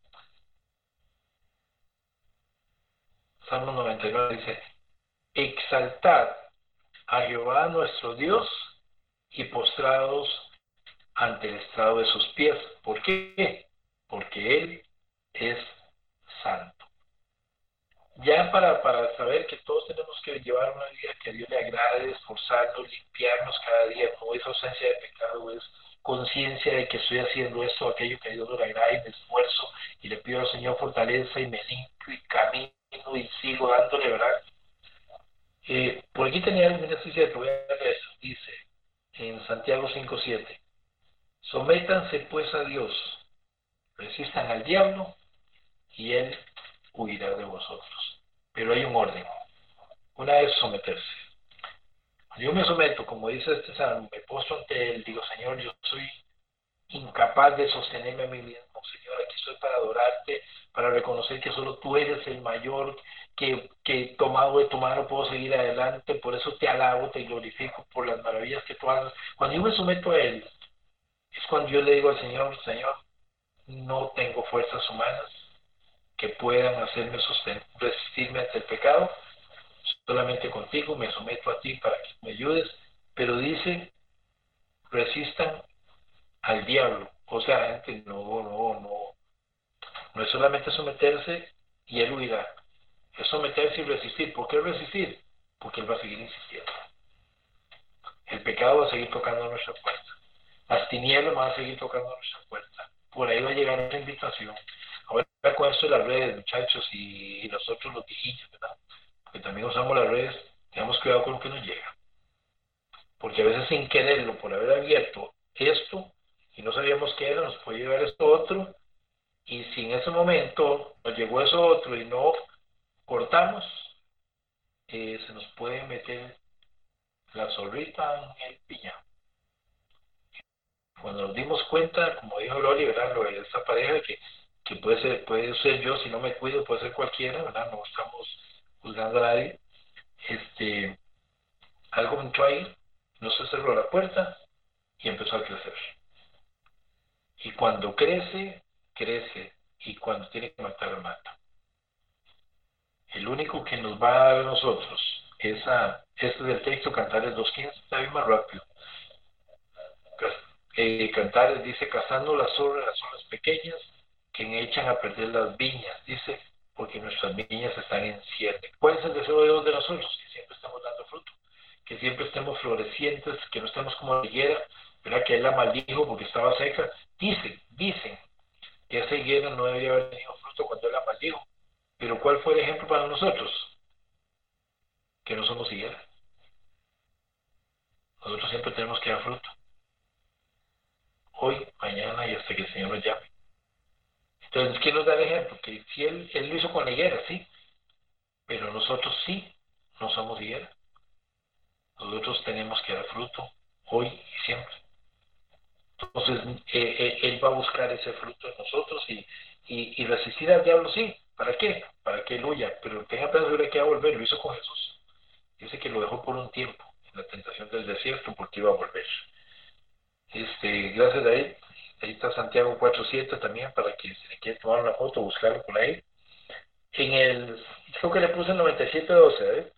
Salmo 99 dice, exaltad a Jehová nuestro Dios y postrados ante el estrado de sus pies. ¿Por qué? Porque Él es santo. Ya para saber que todos tenemos que llevar una vida que a Dios le agrade, esforzarnos, limpiarnos cada día, no es ausencia de pecado, es conciencia de que estoy haciendo esto o aquello que a Dios no le agrada y me esfuerzo y le pido al Señor fortaleza y me limpio y camino y sigo dándole, ¿verdad? Por aquí tenía una noticia que voy a leer, dice en Santiago 5:7, sométanse pues a Dios, resistan al diablo y él huirá de vosotros. Pero hay un orden. Una es someterse. Yo me someto, como dice este salmo, me postro ante él, digo, Señor, yo soy incapaz de sostenerme a mí mismo, Señor, aquí estoy para adorarte, para reconocer que solo tú eres el mayor, que tomado de tu mano puedo seguir adelante, por eso te alabo, te glorifico por las maravillas que tú haces. Cuando yo me someto a él, es cuando yo le digo al Señor, Señor, no tengo fuerzas humanas que puedan hacerme resistirme ante el pecado, solamente contigo me someto a ti para que me ayudes, pero dice, resistan al diablo. O sea, gente, no es solamente someterse y él huirá, es someterse y resistir. ¿Por qué resistir? Porque él va a seguir insistiendo. El pecado va a seguir tocando a nuestra puerta. Las tinieblas van a seguir tocando a nuestra puerta. Por ahí va a llegar esa invitación. Ahora con esto de las redes, muchachos, y nosotros los viejillos, ¿verdad? Porque también usamos las redes, tenemos cuidado con lo que nos llega. Porque a veces sin quererlo, por haber abierto esto, y no sabíamos qué era, nos puede llevar esto otro, y si en ese momento nos llegó eso otro y no cortamos, se nos puede meter la zorrita en el piña. Cuando nos dimos cuenta, como dijo Loli, ¿verdad? Lo de esa pareja que puede ser yo, si no me cuido, puede ser cualquiera, ¿verdad? No estamos juzgando a nadie. Algo entró ahí, no se cerró la puerta y empezó a crecer. Y cuando crece, crece. Y cuando tiene que matar, mata. El único que nos va a dar a nosotros, este es el texto, Cantares 2.15, está bien más rápido. Cantares dice, cazando las zorras pequeñas, que echan a perder las viñas, dice, porque nuestras viñas están en cierne. ¿Cuál es el deseo de Dios de nosotros? Que siempre estemos dando fruto, que siempre estemos florecientes, que no estemos como la higuera, ¿verdad? Que él la maldijo porque estaba seca. Dicen que esa higuera no debería haber tenido fruto cuando él la maldijo. Pero ¿cuál fue el ejemplo para nosotros? Que no somos higuera. Nosotros siempre tenemos que dar fruto. Hoy, mañana y hasta que el Señor nos llame. Entonces, ¿quién nos da el ejemplo? Que si él lo hizo con la higuera, sí, pero nosotros sí no somos higuera. Nosotros tenemos que dar fruto hoy y siempre. Entonces, él va a buscar ese fruto en nosotros y resistir al diablo, sí. ¿Para qué? Para que él huya. Pero tenga pensado que va a volver. Lo hizo con Jesús. Dice que lo dejó por un tiempo en la tentación del desierto porque iba a volver. Gracias a él. Ahí está Santiago 4.7 también para que si le quiere tomar una foto, buscarlo por ahí. Creo que le puse el 97.12, ¿eh?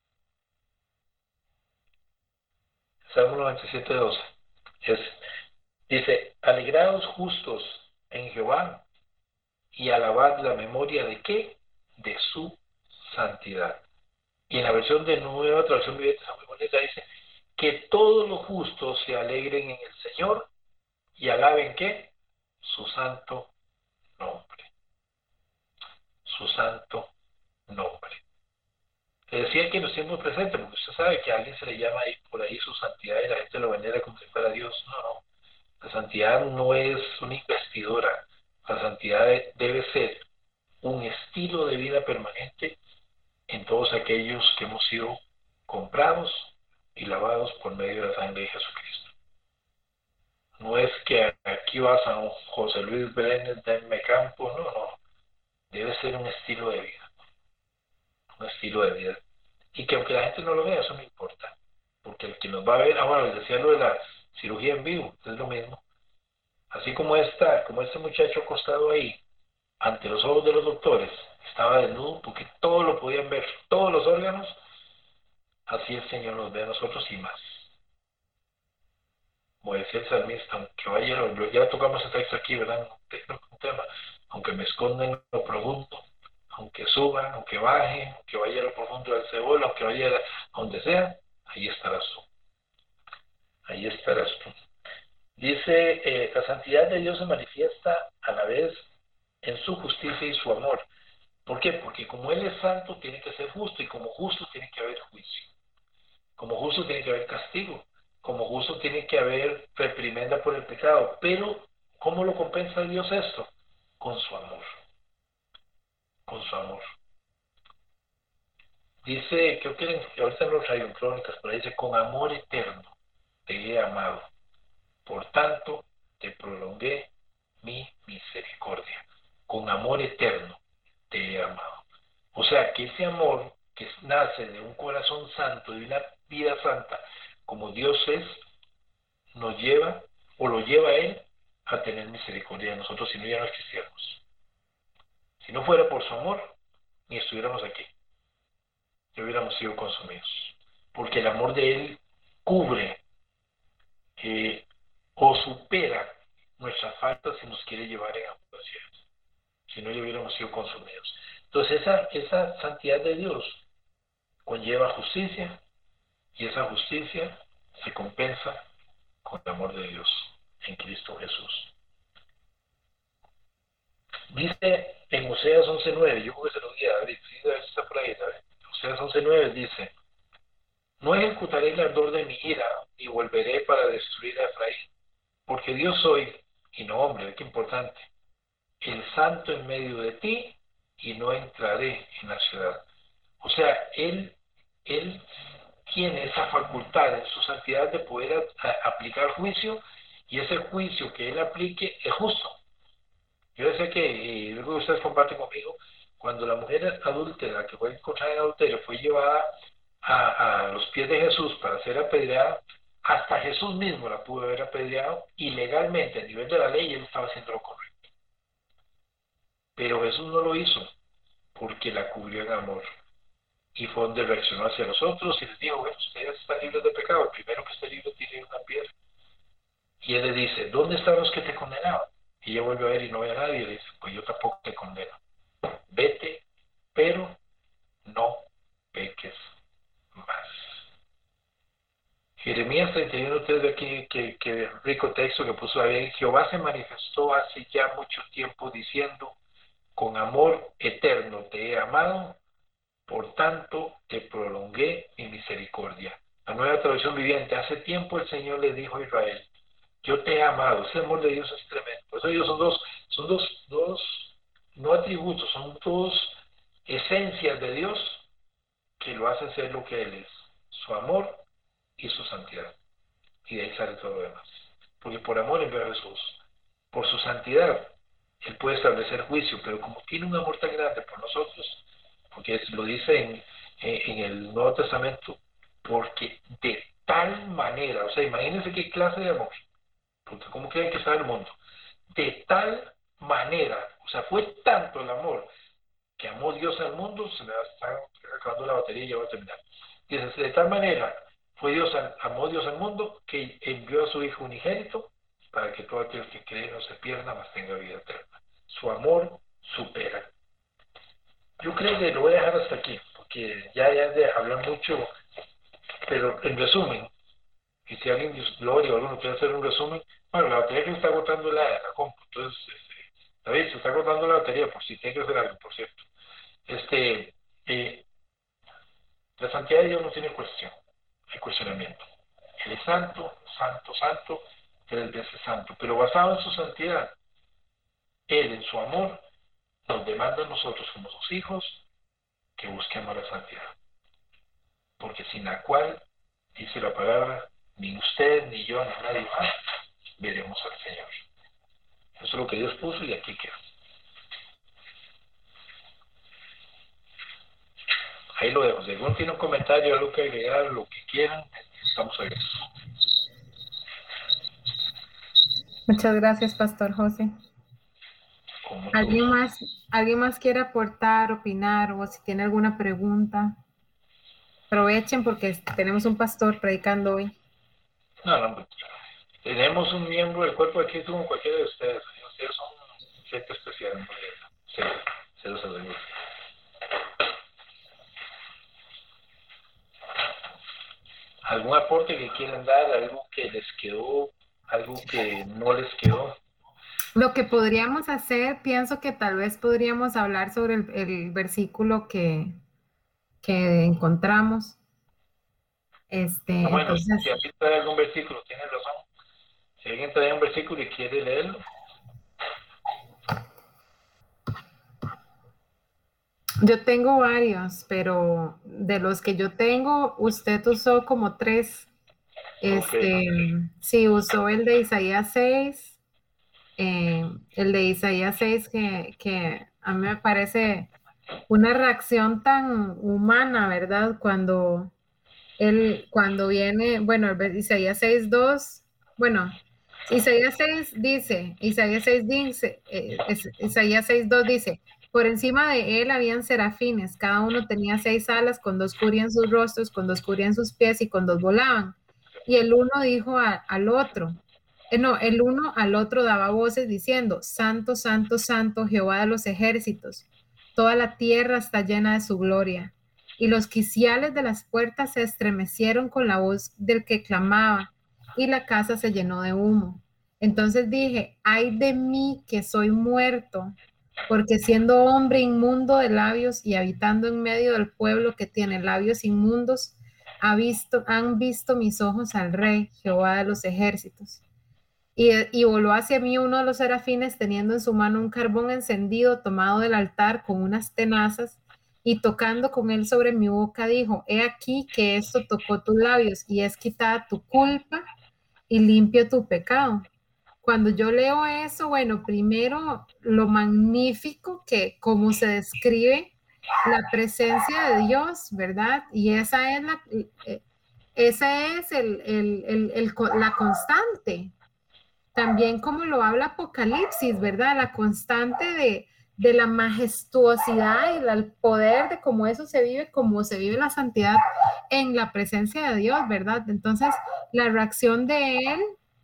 Salmo 97.12. Es, dice, alegraos justos en Jehová y alabad la memoria de qué? De su santidad. Y en la versión de Nueva Traducción Viviente, está muy bonita, dice, que todos los justos se alegren en el Señor y alaben qué? Su santo nombre. Su santo nombre. Le decía que nos siempre presente, porque usted sabe que a alguien se le llama ahí, por ahí su santidad y la gente lo venera como si fuera Dios. No. La santidad no es una investidura. La santidad debe ser un estilo de vida permanente en todos aquellos que hemos sido comprados y lavados por medio de la sangre de Jesucristo. No es que aquí vas a un José Luis Brenes, denme campo, no. Debe ser un estilo de vida. Un estilo de vida. Y que aunque la gente no lo vea, eso no importa. Porque el que nos va a ver, bueno, les decía lo de la cirugía en vivo, es lo mismo. Así como este muchacho acostado ahí, ante los ojos de los doctores, estaba desnudo porque todos lo podían ver, todos los órganos, así el Señor nos ve a nosotros y más. Como decía el salmista, aunque vaya, ya tocamos el texto aquí, ¿verdad? Un tema, aunque me esconda en lo profundo, aunque suba, aunque baje, aunque vaya a lo profundo del Seol, aunque vaya a donde sea, ahí estarás tú. Ahí estarás tú. Dice, la santidad de Dios se manifiesta a la vez en su justicia y su amor. ¿Por qué? Porque como Él es santo, tiene que ser justo, y como justo tiene que haber juicio. Como justo tiene que haber castigo. Como justo tiene que haber reprimenda por el pecado. Pero, ¿cómo lo compensa Dios esto? Con su amor. con su amor. Dice, creo que ahorita no traigo en Crónicas, pero dice, con amor eterno te he amado, por tanto te prolongué mi misericordia. Con amor eterno te he amado. O sea, que ese amor que nace de un corazón santo, de una vida santa, como Dios es, nos lleva, o lo lleva a Él, a tener misericordia de nosotros, si no ya no existiéramos. Si no fuera por su amor, ni estuviéramos aquí, ya hubiéramos sido consumidos. Porque el amor de Él cubre o supera nuestras faltas y nos quiere llevar en abundancia. Si no, ya hubiéramos sido consumidos. Entonces, esa santidad de Dios conlleva justicia, y esa justicia se compensa con el amor de Dios en Cristo Jesús. Dice en Oseas 11:9, yo creo que se lo di a David, sí, David está por ahí, David. Oseas 11:9 dice, no ejecutaré el ardor de mi ira, ni volveré para destruir a Efraín, porque Dios soy, y no hombre, qué importante, el santo en medio de ti, y no entraré en la ciudad. O sea, Él tiene esa facultad en su santidad de poder aplicar juicio, y ese juicio que Él aplique es justo. Yo sé que, luego ustedes comparten conmigo, cuando la mujer adúltera que fue encontrada en adulterio fue llevada a los pies de Jesús para ser apedreada, hasta Jesús mismo la pudo haber apedreado, y legalmente a nivel de la ley Él estaba haciendo lo correcto. Pero Jesús no lo hizo, porque la cubrió en amor. Y fue donde reaccionó hacia los otros y les dijo, bueno, ustedes están libres de pecado, el primero que esté libre tiene una piedra. Y Él le dice, ¿dónde están los que te condenaban? Y ella vuelve a ver y no ve a nadie, y le dice, pues yo tampoco te condeno. Vete, pero no peques más. Jeremías 31:3 de aquí, que rico texto que puso ahí. Jehová se manifestó hace ya mucho tiempo diciendo, con amor eterno te he amado, por tanto te prolongué mi misericordia. La Nueva Traducción Viviente, hace tiempo el Señor le dijo a Israel, yo te he amado. Ese amor de Dios es tremendo. Por eso ellos son dos, no atributos, son dos esencias de Dios que lo hacen ser lo que Él es, su amor y su santidad. Y de ahí sale todo lo demás. Porque por amor envió a Jesús. Por su santidad, Él puede establecer juicio, pero como tiene un amor tan grande por nosotros, porque lo dice en el Nuevo Testamento, porque de tal manera, o sea, imagínense qué clase de amor, porque ¿cómo creen que está el mundo? De tal manera, o sea, fue tanto el amor que amó Dios al mundo, se me va a estar acabando la batería y ya va a terminar. Dice, de tal manera amó Dios al mundo que envió a su Hijo unigénito para que todo aquel que cree no se pierda, mas tenga vida eterna. Su amor supera. Yo creo que lo voy a dejar hasta aquí, porque ya de hablar mucho, pero en resumen, y si alguien de Gloria o alguno quiere hacer un resumen, bueno, la batería que se está agotando la compu, entonces, David, se está agotando la batería, por si tiene que hacer algo, por cierto. La santidad de Dios no tiene cuestión, hay cuestionamiento. Él es santo, santo, santo, 3 veces santo, pero basado en su santidad, Él en su amor nos demanda a nosotros como sus hijos que busquemos la santidad, porque sin la cual, dice la palabra, ni usted, ni yo, ni nadie más veremos al Señor. Eso es lo que Dios puso y aquí queda. Ahí lo dejo. Si alguno tiene un comentario, algo que agregar, lo que quieran, estamos abiertos. Muchas gracias, Pastor José. ¿Alguien más quiere aportar, opinar o si tiene alguna pregunta? Aprovechen porque tenemos un pastor predicando hoy. No, tenemos un miembro del cuerpo de Cristo como cualquiera de ustedes. Ustedes son gente especial. Se los aseguro. ¿Algún aporte que quieran dar? ¿Algo que les quedó? ¿Algo que no les quedó? Lo que podríamos hacer, pienso que tal vez podríamos hablar sobre el versículo que encontramos. Bueno, Entonces, si alguien trae algún versículo, tiene razón. Si alguien trae un versículo y quiere leerlo. Yo tengo varios, pero de los que yo tengo, usted usó como tres. Ok, Este, sí, usó el de Isaías 6, el de Isaías 6 que a mí me parece una reacción tan humana, ¿verdad? Cuando viene, bueno, Isaías 6:2, bueno, Isaías 6 dice, Isaías 6:2 dice, por encima de él habían serafines, cada uno tenía 6 alas, con dos cubrían sus rostros, con dos cubrían sus pies y con dos volaban. Y el uno dijo al otro, no, el uno al otro daba voces diciendo, Santo, Santo, Santo, Jehová de los ejércitos, toda la tierra está llena de su gloria. Y los quiciales de las puertas se estremecieron con la voz del que clamaba, y la casa se llenó de humo. Entonces dije, ay de mí que soy muerto, porque siendo hombre inmundo de labios y habitando en medio del pueblo que tiene labios inmundos, han visto mis ojos al Rey, Jehová de los ejércitos. Y voló hacia mí uno de los serafines teniendo en su mano un carbón encendido tomado del altar con unas tenazas y tocando con él sobre mi boca dijo, he aquí que esto tocó tus labios y es quitada tu culpa y limpio tu pecado. Cuando yo leo eso, bueno, primero lo magnífico que como se describe la presencia de Dios, ¿verdad? Y esa es la constante también como lo habla Apocalipsis, ¿verdad? La constante de la majestuosidad y el poder de cómo eso se vive, cómo se vive la santidad en la presencia de Dios, ¿verdad? Entonces, la reacción de él,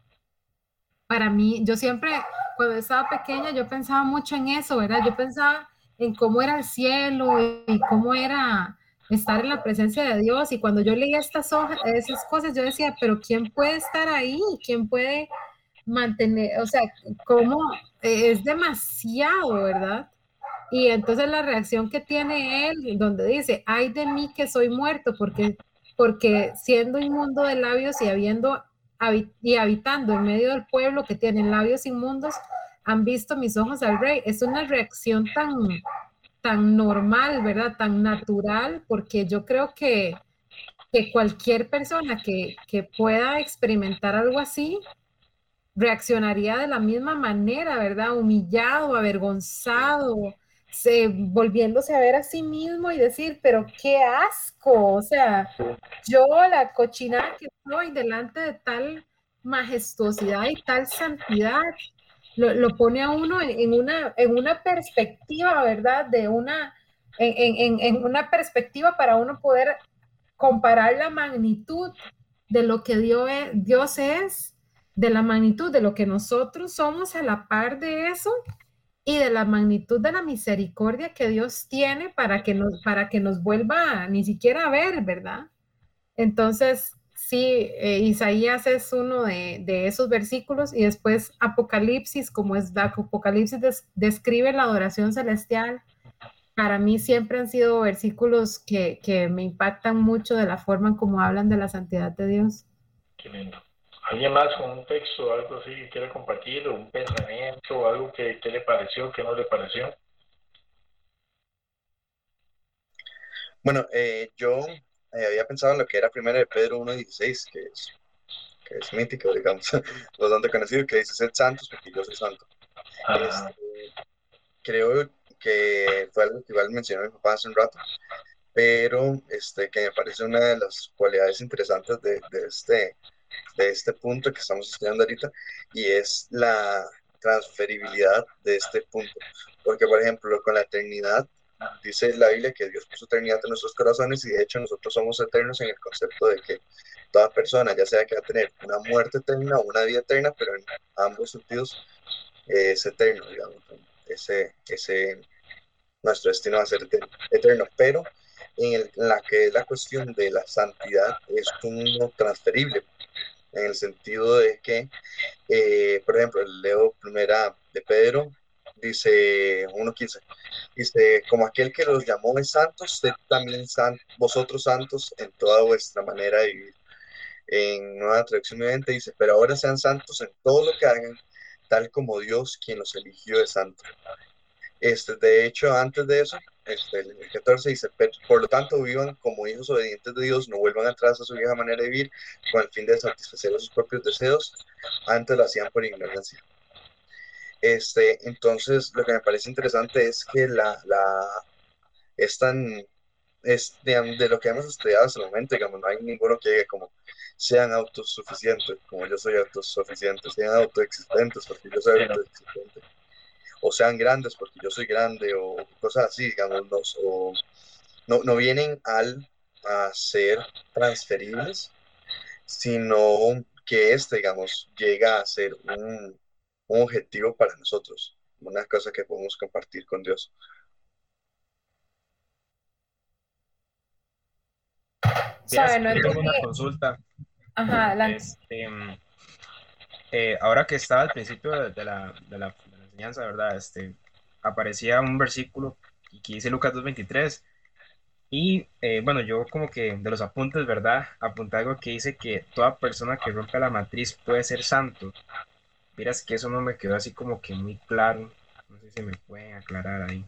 para mí, yo siempre, cuando estaba pequeña, yo pensaba mucho en eso, ¿verdad? Yo pensaba en cómo era el cielo y cómo era estar en la presencia de Dios. Y cuando yo leía estas hojas, esas cosas, yo decía, pero ¿quién puede estar ahí? ¿Quién puede mantener, o sea, cómo es demasiado, ¿verdad? Y entonces la reacción que tiene él, donde dice, ay de mí que soy muerto, porque siendo inmundo de labios y habitando en medio del pueblo que tienen labios inmundos, han visto mis ojos al rey. Es una reacción tan normal, ¿verdad? Tan natural, porque yo creo que cualquier persona que pueda experimentar algo así, reaccionaría de la misma manera, ¿verdad? Humillado, avergonzado, volviéndose a ver a sí mismo y decir, pero qué asco, o sea, yo la cochinada que soy delante de tal majestuosidad y tal santidad, lo pone a uno en una perspectiva, ¿verdad? En una perspectiva para uno poder comparar la magnitud de lo que Dios es, de la magnitud de lo que nosotros somos a la par de eso y de la magnitud de la misericordia que Dios tiene para que nos vuelva ni siquiera a ver, ¿verdad? Entonces, sí, Isaías es uno de esos versículos y después Apocalipsis, como es Apocalipsis describe la adoración celestial. Para mí siempre han sido versículos que me impactan mucho de la forma en cómo hablan de la santidad de Dios. qué lindo. ¿Alguien más con un texto o algo así que quiere compartir, o un pensamiento, o algo que le pareció, que no le pareció? Bueno, yo había pensado en lo que era primero de Pedro 1:16, que es mítico, digamos, bastante conocido, que dice, sed santos porque yo soy santo. Ah, Este, creo que fue algo que igual mencionó mi papá hace un rato, pero que me parece una de las cualidades interesantes de este punto que estamos estudiando ahorita, y es la transferibilidad de este punto. Porque, por ejemplo, con la eternidad, dice la Biblia que Dios puso eternidad en nuestros corazones, y de hecho nosotros somos eternos en el concepto de que toda persona, ya sea que va a tener una muerte eterna o una vida eterna, pero en ambos sentidos es eterno, digamos. Nuestro destino va a ser eterno, pero en la que es la cuestión de la santidad es uno transferible, en el sentido de que, por ejemplo, el Leo primera de Pedro dice 1:15, dice, como aquel que los llamó es santos, sed también vosotros santos en toda vuestra manera de vivir. En Nueva Traducción Viviente dice, pero ahora sean santos en todo lo que hagan, tal como Dios quien los eligió es santo. De hecho, antes de eso, el 14 dice, por lo tanto, vivan como hijos obedientes de Dios, no vuelvan atrás a su vieja manera de vivir con el fin de satisfacer sus propios deseos, antes lo hacían por ignorancia. Entonces, lo que me parece interesante es que es tan, de lo que hemos estudiado hasta el momento, digamos, no hay ninguno que diga como sean autosuficientes, como yo soy autosuficiente, sean autoexistentes, porque yo soy Sí, no. autoexistente, o sean grandes porque yo soy grande, o cosas así, digamos, no, o no vienen a ser transferibles, sino que digamos, llega a ser un objetivo para nosotros, una cosa que podemos compartir con Dios. Vieras ¿Sabe? que No es yo tengo una porque, consulta. ajá, adelante. Ahora que estaba al principio de la enseñanza, ¿verdad? Aparecía un versículo que dice Lucas 2:23 y bueno, yo como que de los apuntes, ¿verdad? Apunté algo que dice que toda persona que rompe la matriz puede ser santo. Miras que eso no me quedó así como que muy claro. No sé si me pueden aclarar ahí.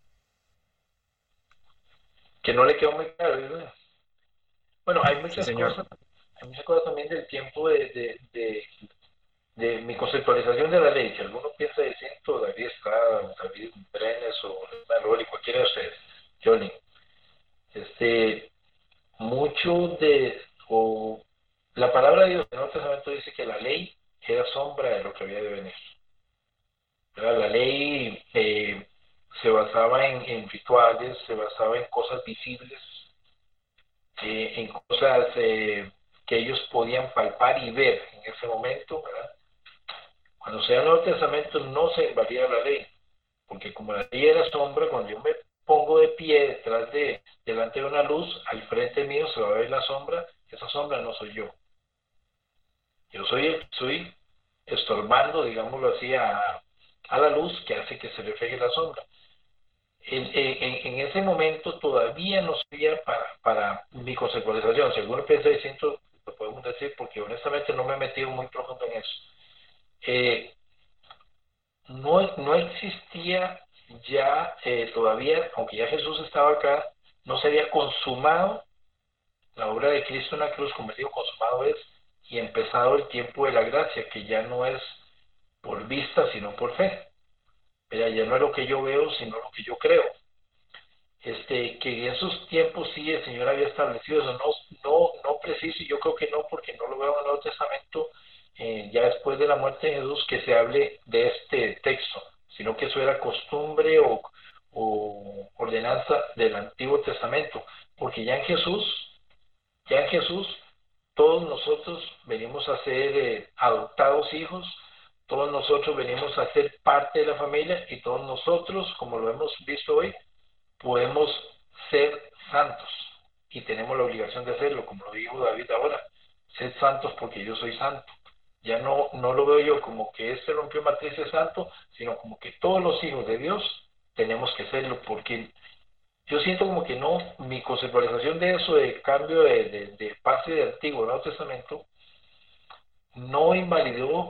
Que no le quedó muy claro, ¿verdad? Bueno, Sí, señor. hay muchas cosas también del tiempo de mi conceptualización de la ley, que alguno piensa distinto, David Estrada, David Brenes o Manuel y cualquiera de ustedes, Johnny, este, mucho o la palabra de Dios en el Nuevo Testamento dice que la ley era sombra de lo que había de venir. ¿Verdad? La ley se basaba en rituales, se basaba en cosas visibles, en cosas que ellos podían palpar y ver en ese momento, ¿verdad? Cuando se da el Nuevo Testamento no se invalida la ley, porque como la ley era sombra, cuando yo me pongo de pie delante de una luz, al frente mío se va a ver la sombra, esa sombra no soy yo. Yo soy estorbando, digámoslo así, a la luz que hace que se refleje la sombra. En ese momento todavía no sería para mi conceptualización. Si alguno piensa distinto, lo podemos decir, porque honestamente no me he metido muy profundo en eso. No existía ya todavía, aunque ya Jesús estaba acá, no se había consumado la obra de Cristo en la cruz, como digo, consumado es, y empezado el tiempo de la gracia, que ya no es por vista, sino por fe. Pero ya no es lo que yo veo, sino lo que yo creo. Que en esos tiempos sí el Señor había establecido eso, no preciso, y yo creo que no, porque no lo veo en el Nuevo Testamento, ya después de la muerte de Jesús, que se hable de este texto, sino que eso era costumbre o ordenanza del Antiguo Testamento, porque ya en Jesús, todos nosotros venimos a ser adoptados hijos, todos nosotros venimos a ser parte de la familia y todos nosotros, como lo hemos visto hoy, podemos ser santos y tenemos la obligación de hacerlo, como lo dijo David ahora, sed santos porque yo soy santo. Ya no lo veo yo como que este rompió matriz es santo, sino como que todos los hijos de Dios tenemos que serlo, porque yo siento como que no, mi conceptualización de eso, de cambio de pase del Antiguo al Nuevo Testamento, no invalidó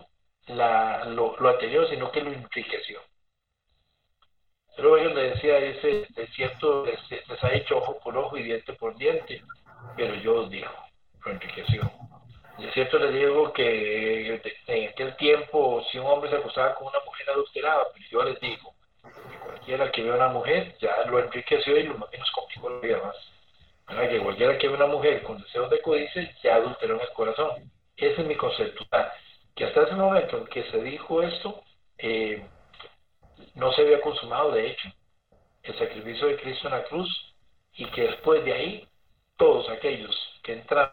lo anterior, sino que lo enriqueció. Pero ellos le decía, de cierto, les ha hecho ojo por ojo y diente por diente, pero yo os digo, lo enriqueció. De cierto les digo que en aquel tiempo, si un hombre se acostaba con una mujer adulterada, pero yo les digo, que cualquiera que vea a una mujer ya lo enriqueció y lo más menos conmigo lo veía más. ¿Verdad? Que cualquiera que vea a una mujer con deseos de codicia ya adulteró en el corazón. Ese es mi concepto. Que hasta ese momento en que se dijo esto, no se había consumado, de hecho, el sacrificio de Cristo en la cruz, y que después de ahí, todos aquellos que entramos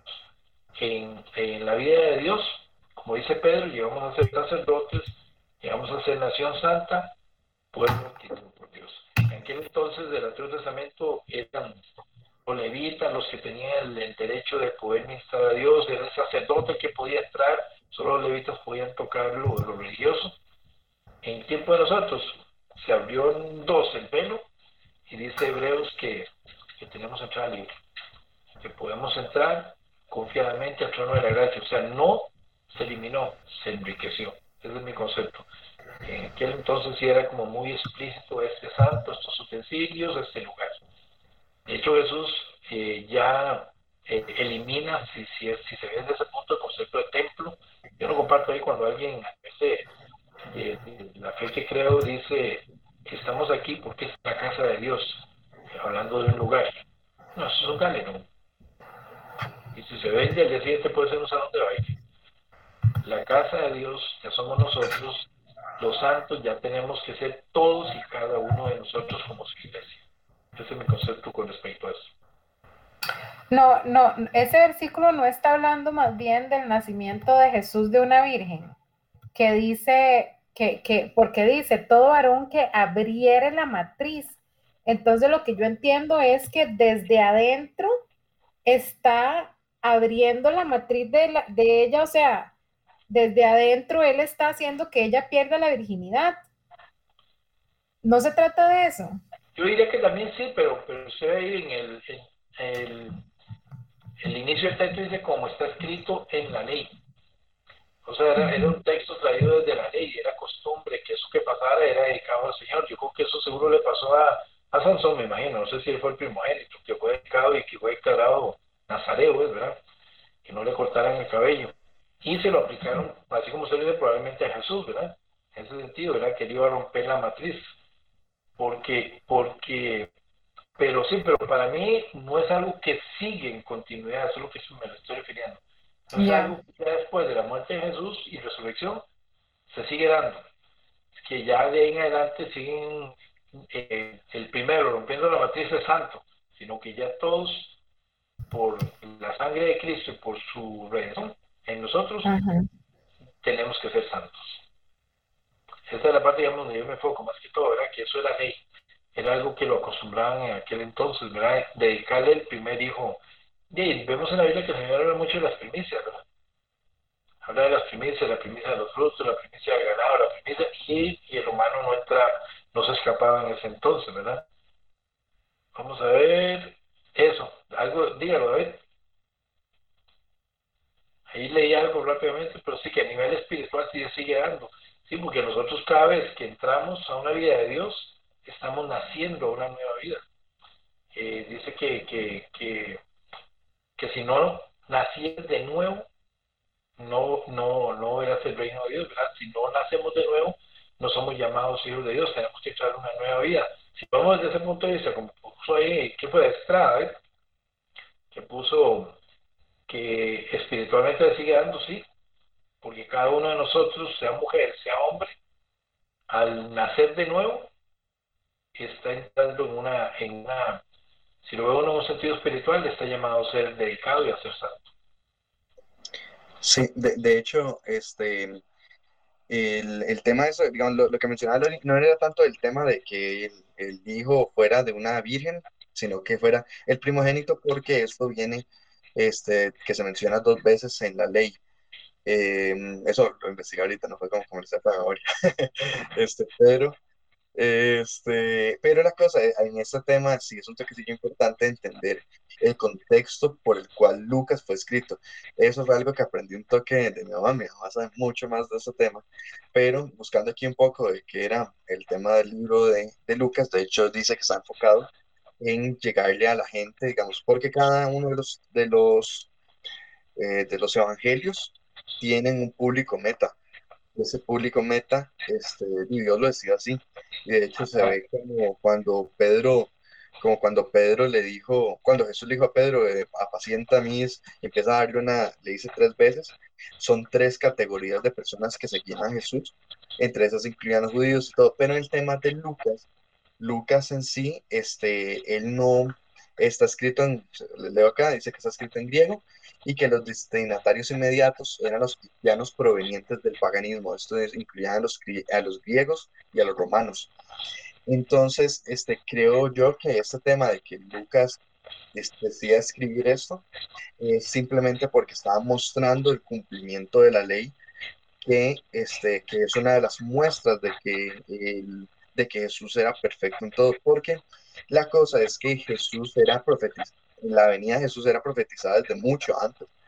en la vida de Dios, como dice Pedro, llegamos a ser sacerdotes, llegamos a ser nación santa, pueblo adquirido por Dios. En aquel entonces del Antiguo Testamento eran los levitas los que tenían el derecho de poder ministrar a Dios, era el sacerdote que podía entrar, solo los levitas podían tocar lo religioso. En el tiempo de nosotros se abrió en dos el velo y dice Hebreos que tenemos entrada libre, que podemos entrar confiadamente al trono de la gracia. O sea, no se eliminó, se enriqueció. Ese es mi concepto. En aquel entonces sí era como muy explícito este santo, estos utensilios, este lugar. De hecho, Jesús ya elimina, si se ve desde ese punto, el concepto de templo. Yo no comparto ahí cuando alguien, a veces, de la fe que creo, dice que estamos aquí porque es la casa de Dios, hablando de un lugar. No, eso es un galeno. Y si se vende, al día siguiente puede ser un salón de baile. La casa de Dios ya somos nosotros, los santos ya tenemos que ser todos y cada uno de nosotros como su iglesia. Ese es mi concepto con respecto a eso. No, no, ese versículo no está hablando más bien del nacimiento de Jesús de una virgen, que dice, porque dice, todo varón que abriere la matriz. Entonces lo que yo entiendo es que desde adentro está abriendo la matriz de ella, o sea, desde adentro él está haciendo que ella pierda la virginidad. No se trata de eso. Yo diría que también sí, pero usted ve ahí el inicio del texto dice como está escrito en la ley. O sea, era un texto traído desde la ley, era costumbre que eso que pasara era dedicado al Señor. Yo creo que eso seguro le pasó a Sansón, me imagino. No sé si él fue el primogénito, que fue dedicado y que fue declarado nazareo, ¿verdad? Que no le cortaran el cabello. Y se lo aplicaron, así como se le dice, probablemente a Jesús, ¿verdad? En ese sentido, ¿verdad? Que él iba a romper la matriz. Porque pero sí, pero para mí no es algo que sigue en continuidad, eso es lo que me lo estoy refiriendo. No es Ya. algo que ya después de la muerte de Jesús y resurrección se sigue dando. Es que ya de ahí en adelante siguen el primero, rompiendo la matriz de santo, sino que ya todos, por la sangre de Cristo y por su redención en nosotros, Ajá. tenemos que ser santos. Esa es la parte, digamos, donde yo me enfoco más que todo, ¿verdad? Que eso era ley. Era algo que lo acostumbraban en aquel entonces, ¿verdad? Dedicarle el primer hijo. Y vemos en la Biblia que el Señor habla mucho de las primicias, ¿verdad? Habla de las primicias, la primicia de los frutos, la primicia del ganado, la primicia, y el humano no entra, no se escapaba en ese entonces, ¿verdad? Vamos a ver eso. Algo, dígalo, David. Ahí leí algo rápidamente, pero sí que a nivel espiritual sí se sigue dando. Sí, porque nosotros cada vez que entramos a una vida de Dios, estamos naciendo a una nueva vida. Dice que si no nacieres de nuevo, no verás el reino de Dios, ¿verdad? Si no nacemos de nuevo, no somos llamados hijos de Dios, tenemos que traer una nueva vida. Si vamos desde ese punto de vista, como puso ahí, ¿qué fue Estrada, que puso que espiritualmente le sigue dando, sí, porque cada uno de nosotros, sea mujer, sea hombre, al nacer de nuevo, está entrando si lo veo en un sentido espiritual, está llamado a ser dedicado y a ser santo. Sí, de hecho, el tema de eso, digamos, lo que mencionaba Lori, no era tanto el tema de que el hijo fuera de una virgen, sino que fuera el primogénito, porque esto viene, que se menciona dos veces en la ley. Eso lo investigué ahorita, no fue como comercial para ahora. Pero pero la cosa en este tema sí es un toquecillo importante entender el contexto por el cual Lucas fue escrito. Eso fue algo que aprendí un toque de mi mamá sabe mucho más de ese tema, pero buscando aquí un poco de qué era el tema del libro de Lucas, de hecho dice que está enfocado en llegarle a la gente, digamos, porque cada uno de los evangelios tienen un público meta. Ese público meta, y Dios lo decía así. Y de hecho se ve como cuando Pedro le dijo, cuando Jesús le dijo a Pedro, apacienta a mis, y empieza a darle le dice tres veces, son tres categorías de personas que seguían a Jesús, entre esas incluían los judíos y todo, pero en el tema de Lucas en sí, él no está escrito le leo acá, dice que está escrito en griego, y que los destinatarios inmediatos eran los cristianos provenientes del paganismo. Esto incluía a los griegos y a los romanos. Entonces, creo yo que este tema de que Lucas decida escribir esto es simplemente porque estaba mostrando el cumplimiento de la ley, que es una de las muestras de que Jesús era perfecto en todo, porque la cosa es que la venida de Jesús era profetizada desde mucho antes.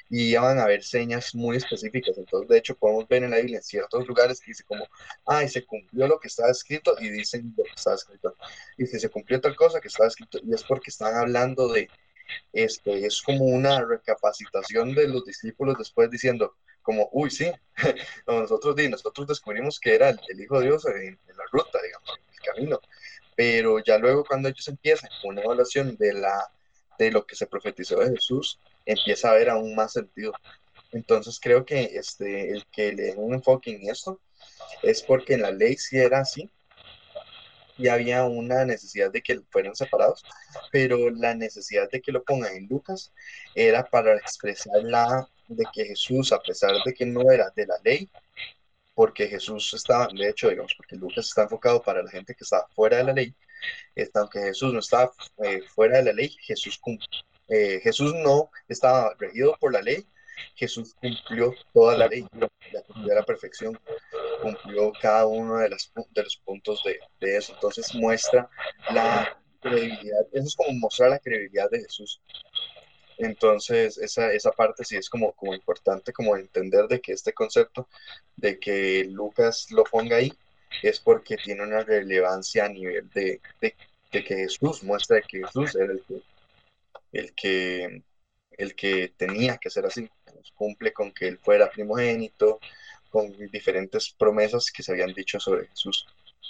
y iban a haber señas muy específicas. Entonces, de hecho, podemos ver en la Biblia en ciertos lugares que dice como, ay, se cumplió lo que estaba escrito y dicen lo que estaba escrito. Y si se cumplió tal cosa que estaba escrito, y es porque están hablando de, es como una recapacitación de los discípulos después diciendo, como, uy, sí, nosotros descubrimos que era el Hijo de Dios en la ruta, digamos, en el camino. Pero ya luego cuando ellos empiezan una evaluación de lo que se profetizó de Jesús, empieza a haber aún más sentido. Entonces creo que el que le den un enfoque en esto es porque en la ley sí era así y había una necesidad de que fueran separados, pero la necesidad de que lo pongan en Lucas era para expresar de que Jesús, a pesar de que no era de la ley, porque Jesús estaba, de hecho, digamos, porque Lucas está enfocado para la gente que está fuera de la ley, aunque Jesús no estaba fuera de la ley, Jesús no estaba regido por la ley, Jesús cumplió toda la ley, la cumplió a la perfección, cumplió cada uno de los puntos de eso. Entonces muestra la credibilidad, eso es como mostrar la credibilidad de Jesús. Entonces esa parte sí es como importante, como entender de que este concepto de que Lucas lo ponga ahí es porque tiene una relevancia a nivel de que Jesús muestra que Jesús era el que, el que tenía que ser así. Cumple con que él fuera primogénito, con diferentes promesas que se habían dicho sobre Jesús.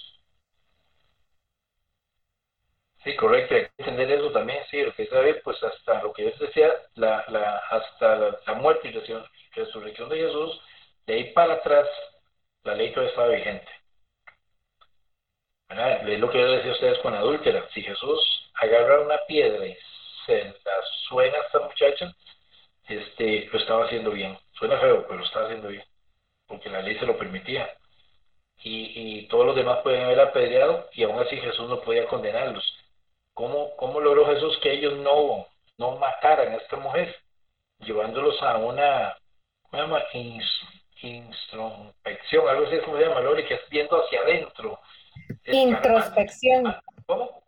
Sí, correcto, hay que entender eso también, sí, lo que sabe, pues hasta lo que yo decía, hasta la muerte y resurrección de Jesús, de ahí para atrás, la ley todavía estaba vigente. ¿Verdad? Es lo que yo decía a ustedes con adúltera. Si Jesús agarra una piedra y se la suena a esta muchacha, lo estaba haciendo bien. Suena feo, pero lo estaba haciendo bien, porque la ley se lo permitía. Y todos los demás pueden haber apedreado y aún así Jesús no podía condenarlos. ¿Cómo logró Jesús que ellos no mataran a esta mujer? Llevándolos a una, ¿cómo se llama? Introspección, algo así es como se llama, Lori, que es viendo hacia adentro. Introspección. ¿Cómo?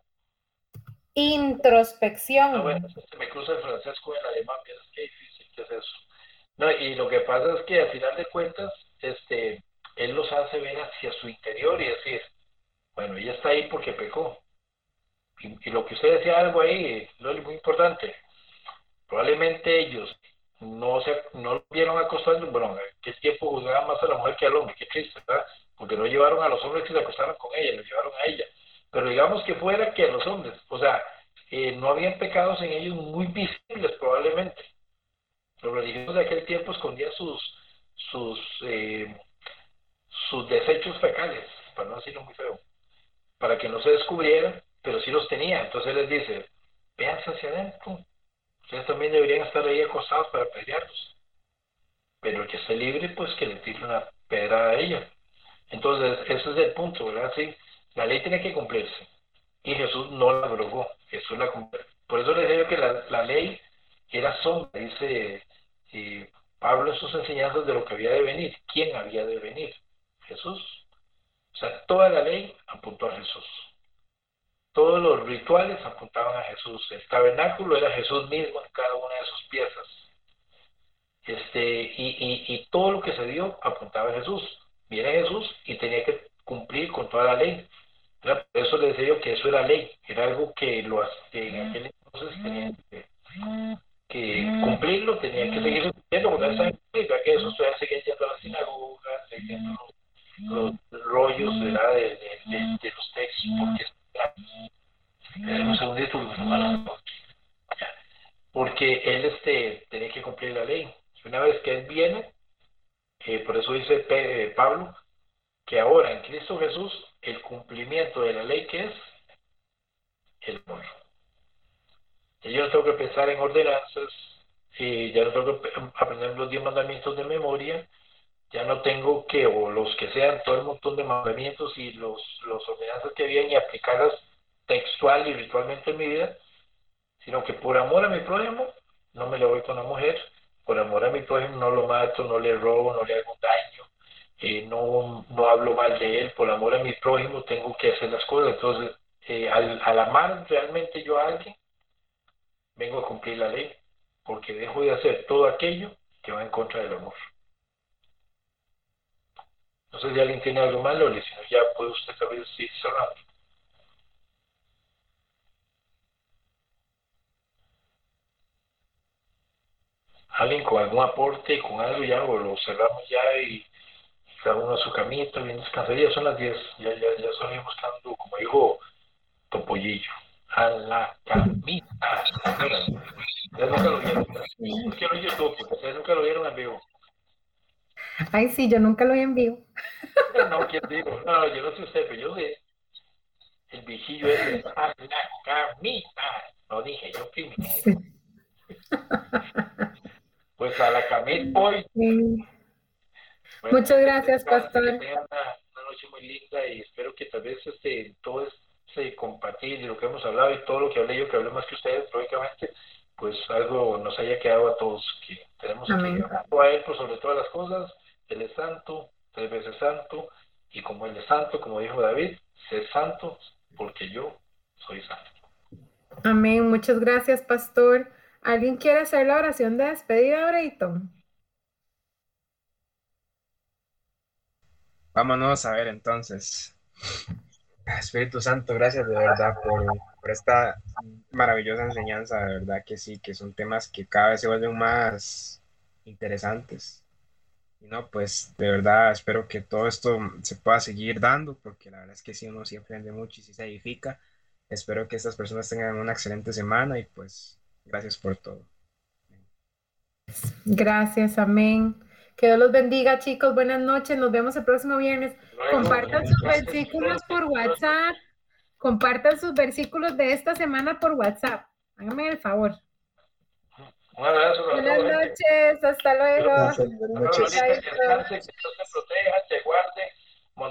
Introspección. Bueno, se me cruza el francés con el alemán, que es que difícil, ¿qué es eso? No, y lo que pasa es que al final de cuentas, él los hace ver hacia su interior y decir, bueno, ella está ahí porque pecó. Y lo que usted decía algo ahí, Loli, muy importante, probablemente ellos no lo vieron acostando, bueno, en qué tiempo juzgaban más a la mujer que al hombre, qué triste, ¿verdad? Porque no llevaron a los hombres que se acostaron con ella, lo llevaron a ella. Pero digamos que fuera que a los hombres, o sea, no habían pecados en ellos muy visibles probablemente. Los religiosos de aquel tiempo escondían sus, eh, sus desechos fecales, para no decirlo muy feo, para que no se descubrieran, pero sí los tenía. Entonces él les dice, véanse hacia adentro, ustedes también deberían estar ahí acostados para pelearlos. Pero el que esté libre, pues que le tire una pedra a ella. Entonces, ese es el punto, ¿verdad? Sí, la ley tiene que cumplirse. Y Jesús no la abrogó, Jesús la cumplió. Por eso les digo que la ley era sombra, dice Pablo en sus enseñanzas de lo que había de venir. ¿Quién había de venir? Jesús. O sea, toda la ley apuntó a Jesús. Todos los rituales apuntaban a Jesús. El tabernáculo era Jesús mismo en cada una de sus piezas. Y todo lo que se dio apuntaba a Jesús. Viene Jesús y tenía que cumplir con toda la ley. Por eso les decía yo que eso era ley. Era algo que en aquel entonces tenían que cumplirlo, tenían que seguir cumpliendo, porque no saben que Jesús todavía seguía yendo a la sinagoga, leyendo los rollos, ¿verdad? De los textos, porque un segundito, hermanos, porque él tenía que cumplir la ley. Y una vez que él viene, por eso dice Pablo, que ahora en Cristo Jesús, el cumplimiento de la ley que es el amor. Y yo no tengo que pensar en ordenanzas, ya no tengo que aprender los 10 mandamientos de memoria, ya no tengo que, o los que sean, todo el montón de mandamientos y los ordenanzas que habían y aplicarlas textual y ritualmente en mi vida, sino que por amor a mi prójimo no me le voy con la mujer, por amor a mi prójimo no lo mato, no le robo, no le hago daño, no hablo mal de él, por amor a mi prójimo tengo que hacer las cosas. Entonces, al amar realmente yo a alguien, vengo a cumplir la ley, porque dejo de hacer todo aquello que va en contra del amor. No sé si alguien tiene algo más, Loli, si no ya puede usted tal vez ir cerrando. Alguien con algún aporte, con algo ya, o lo cerramos ya y cada uno a su camita, bien descansaría, son las 10, ya estoy buscando, como dijo Topollillo, a la camita. Ustedes nunca lo vieron, búsquenlo en YouTube, porque ustedes nunca lo vieron en vivo. Ay, sí, yo nunca lo vi en vivo. No, ¿quién digo? No, yo no sé usted, pero yo sé, el viejillo ese, a la camita, lo dije yo primero. Sí. Pues a la camita hoy. Sí. Bueno, Muchas gracias, que pastor. tengan una noche muy linda y espero que tal vez todo este compartir y lo que hemos hablado y todo lo que hablé yo, que hablé más que ustedes, lógicamente, pues algo nos haya quedado a todos, que tenemos Amén. que amar a Él por sobre todas las cosas. Él es santo, 3 veces santo, y como Él es santo, como dijo David, sé santo porque yo soy santo. Amén. Muchas gracias, pastor. ¿Alguien quiere hacer la oración de despedida, Brayton? Vámonos a ver entonces. Espíritu Santo, gracias de verdad por esta maravillosa enseñanza, de verdad que sí, que son temas que cada vez se vuelven más interesantes. Y no, pues de verdad espero que todo esto se pueda seguir dando, porque la verdad es que sí, uno sí aprende mucho y sí se edifica. Espero que estas personas tengan una excelente semana y pues gracias por todo. Gracias, amén. Que Dios los bendiga, chicos. Buenas noches. Nos vemos el próximo viernes. Compartan sus versículos por WhatsApp. Compartan sus versículos de esta semana por WhatsApp. Háganme el favor. Un abrazo para Buenas todos. noches. Hasta luego. Buenas noches. Chaito.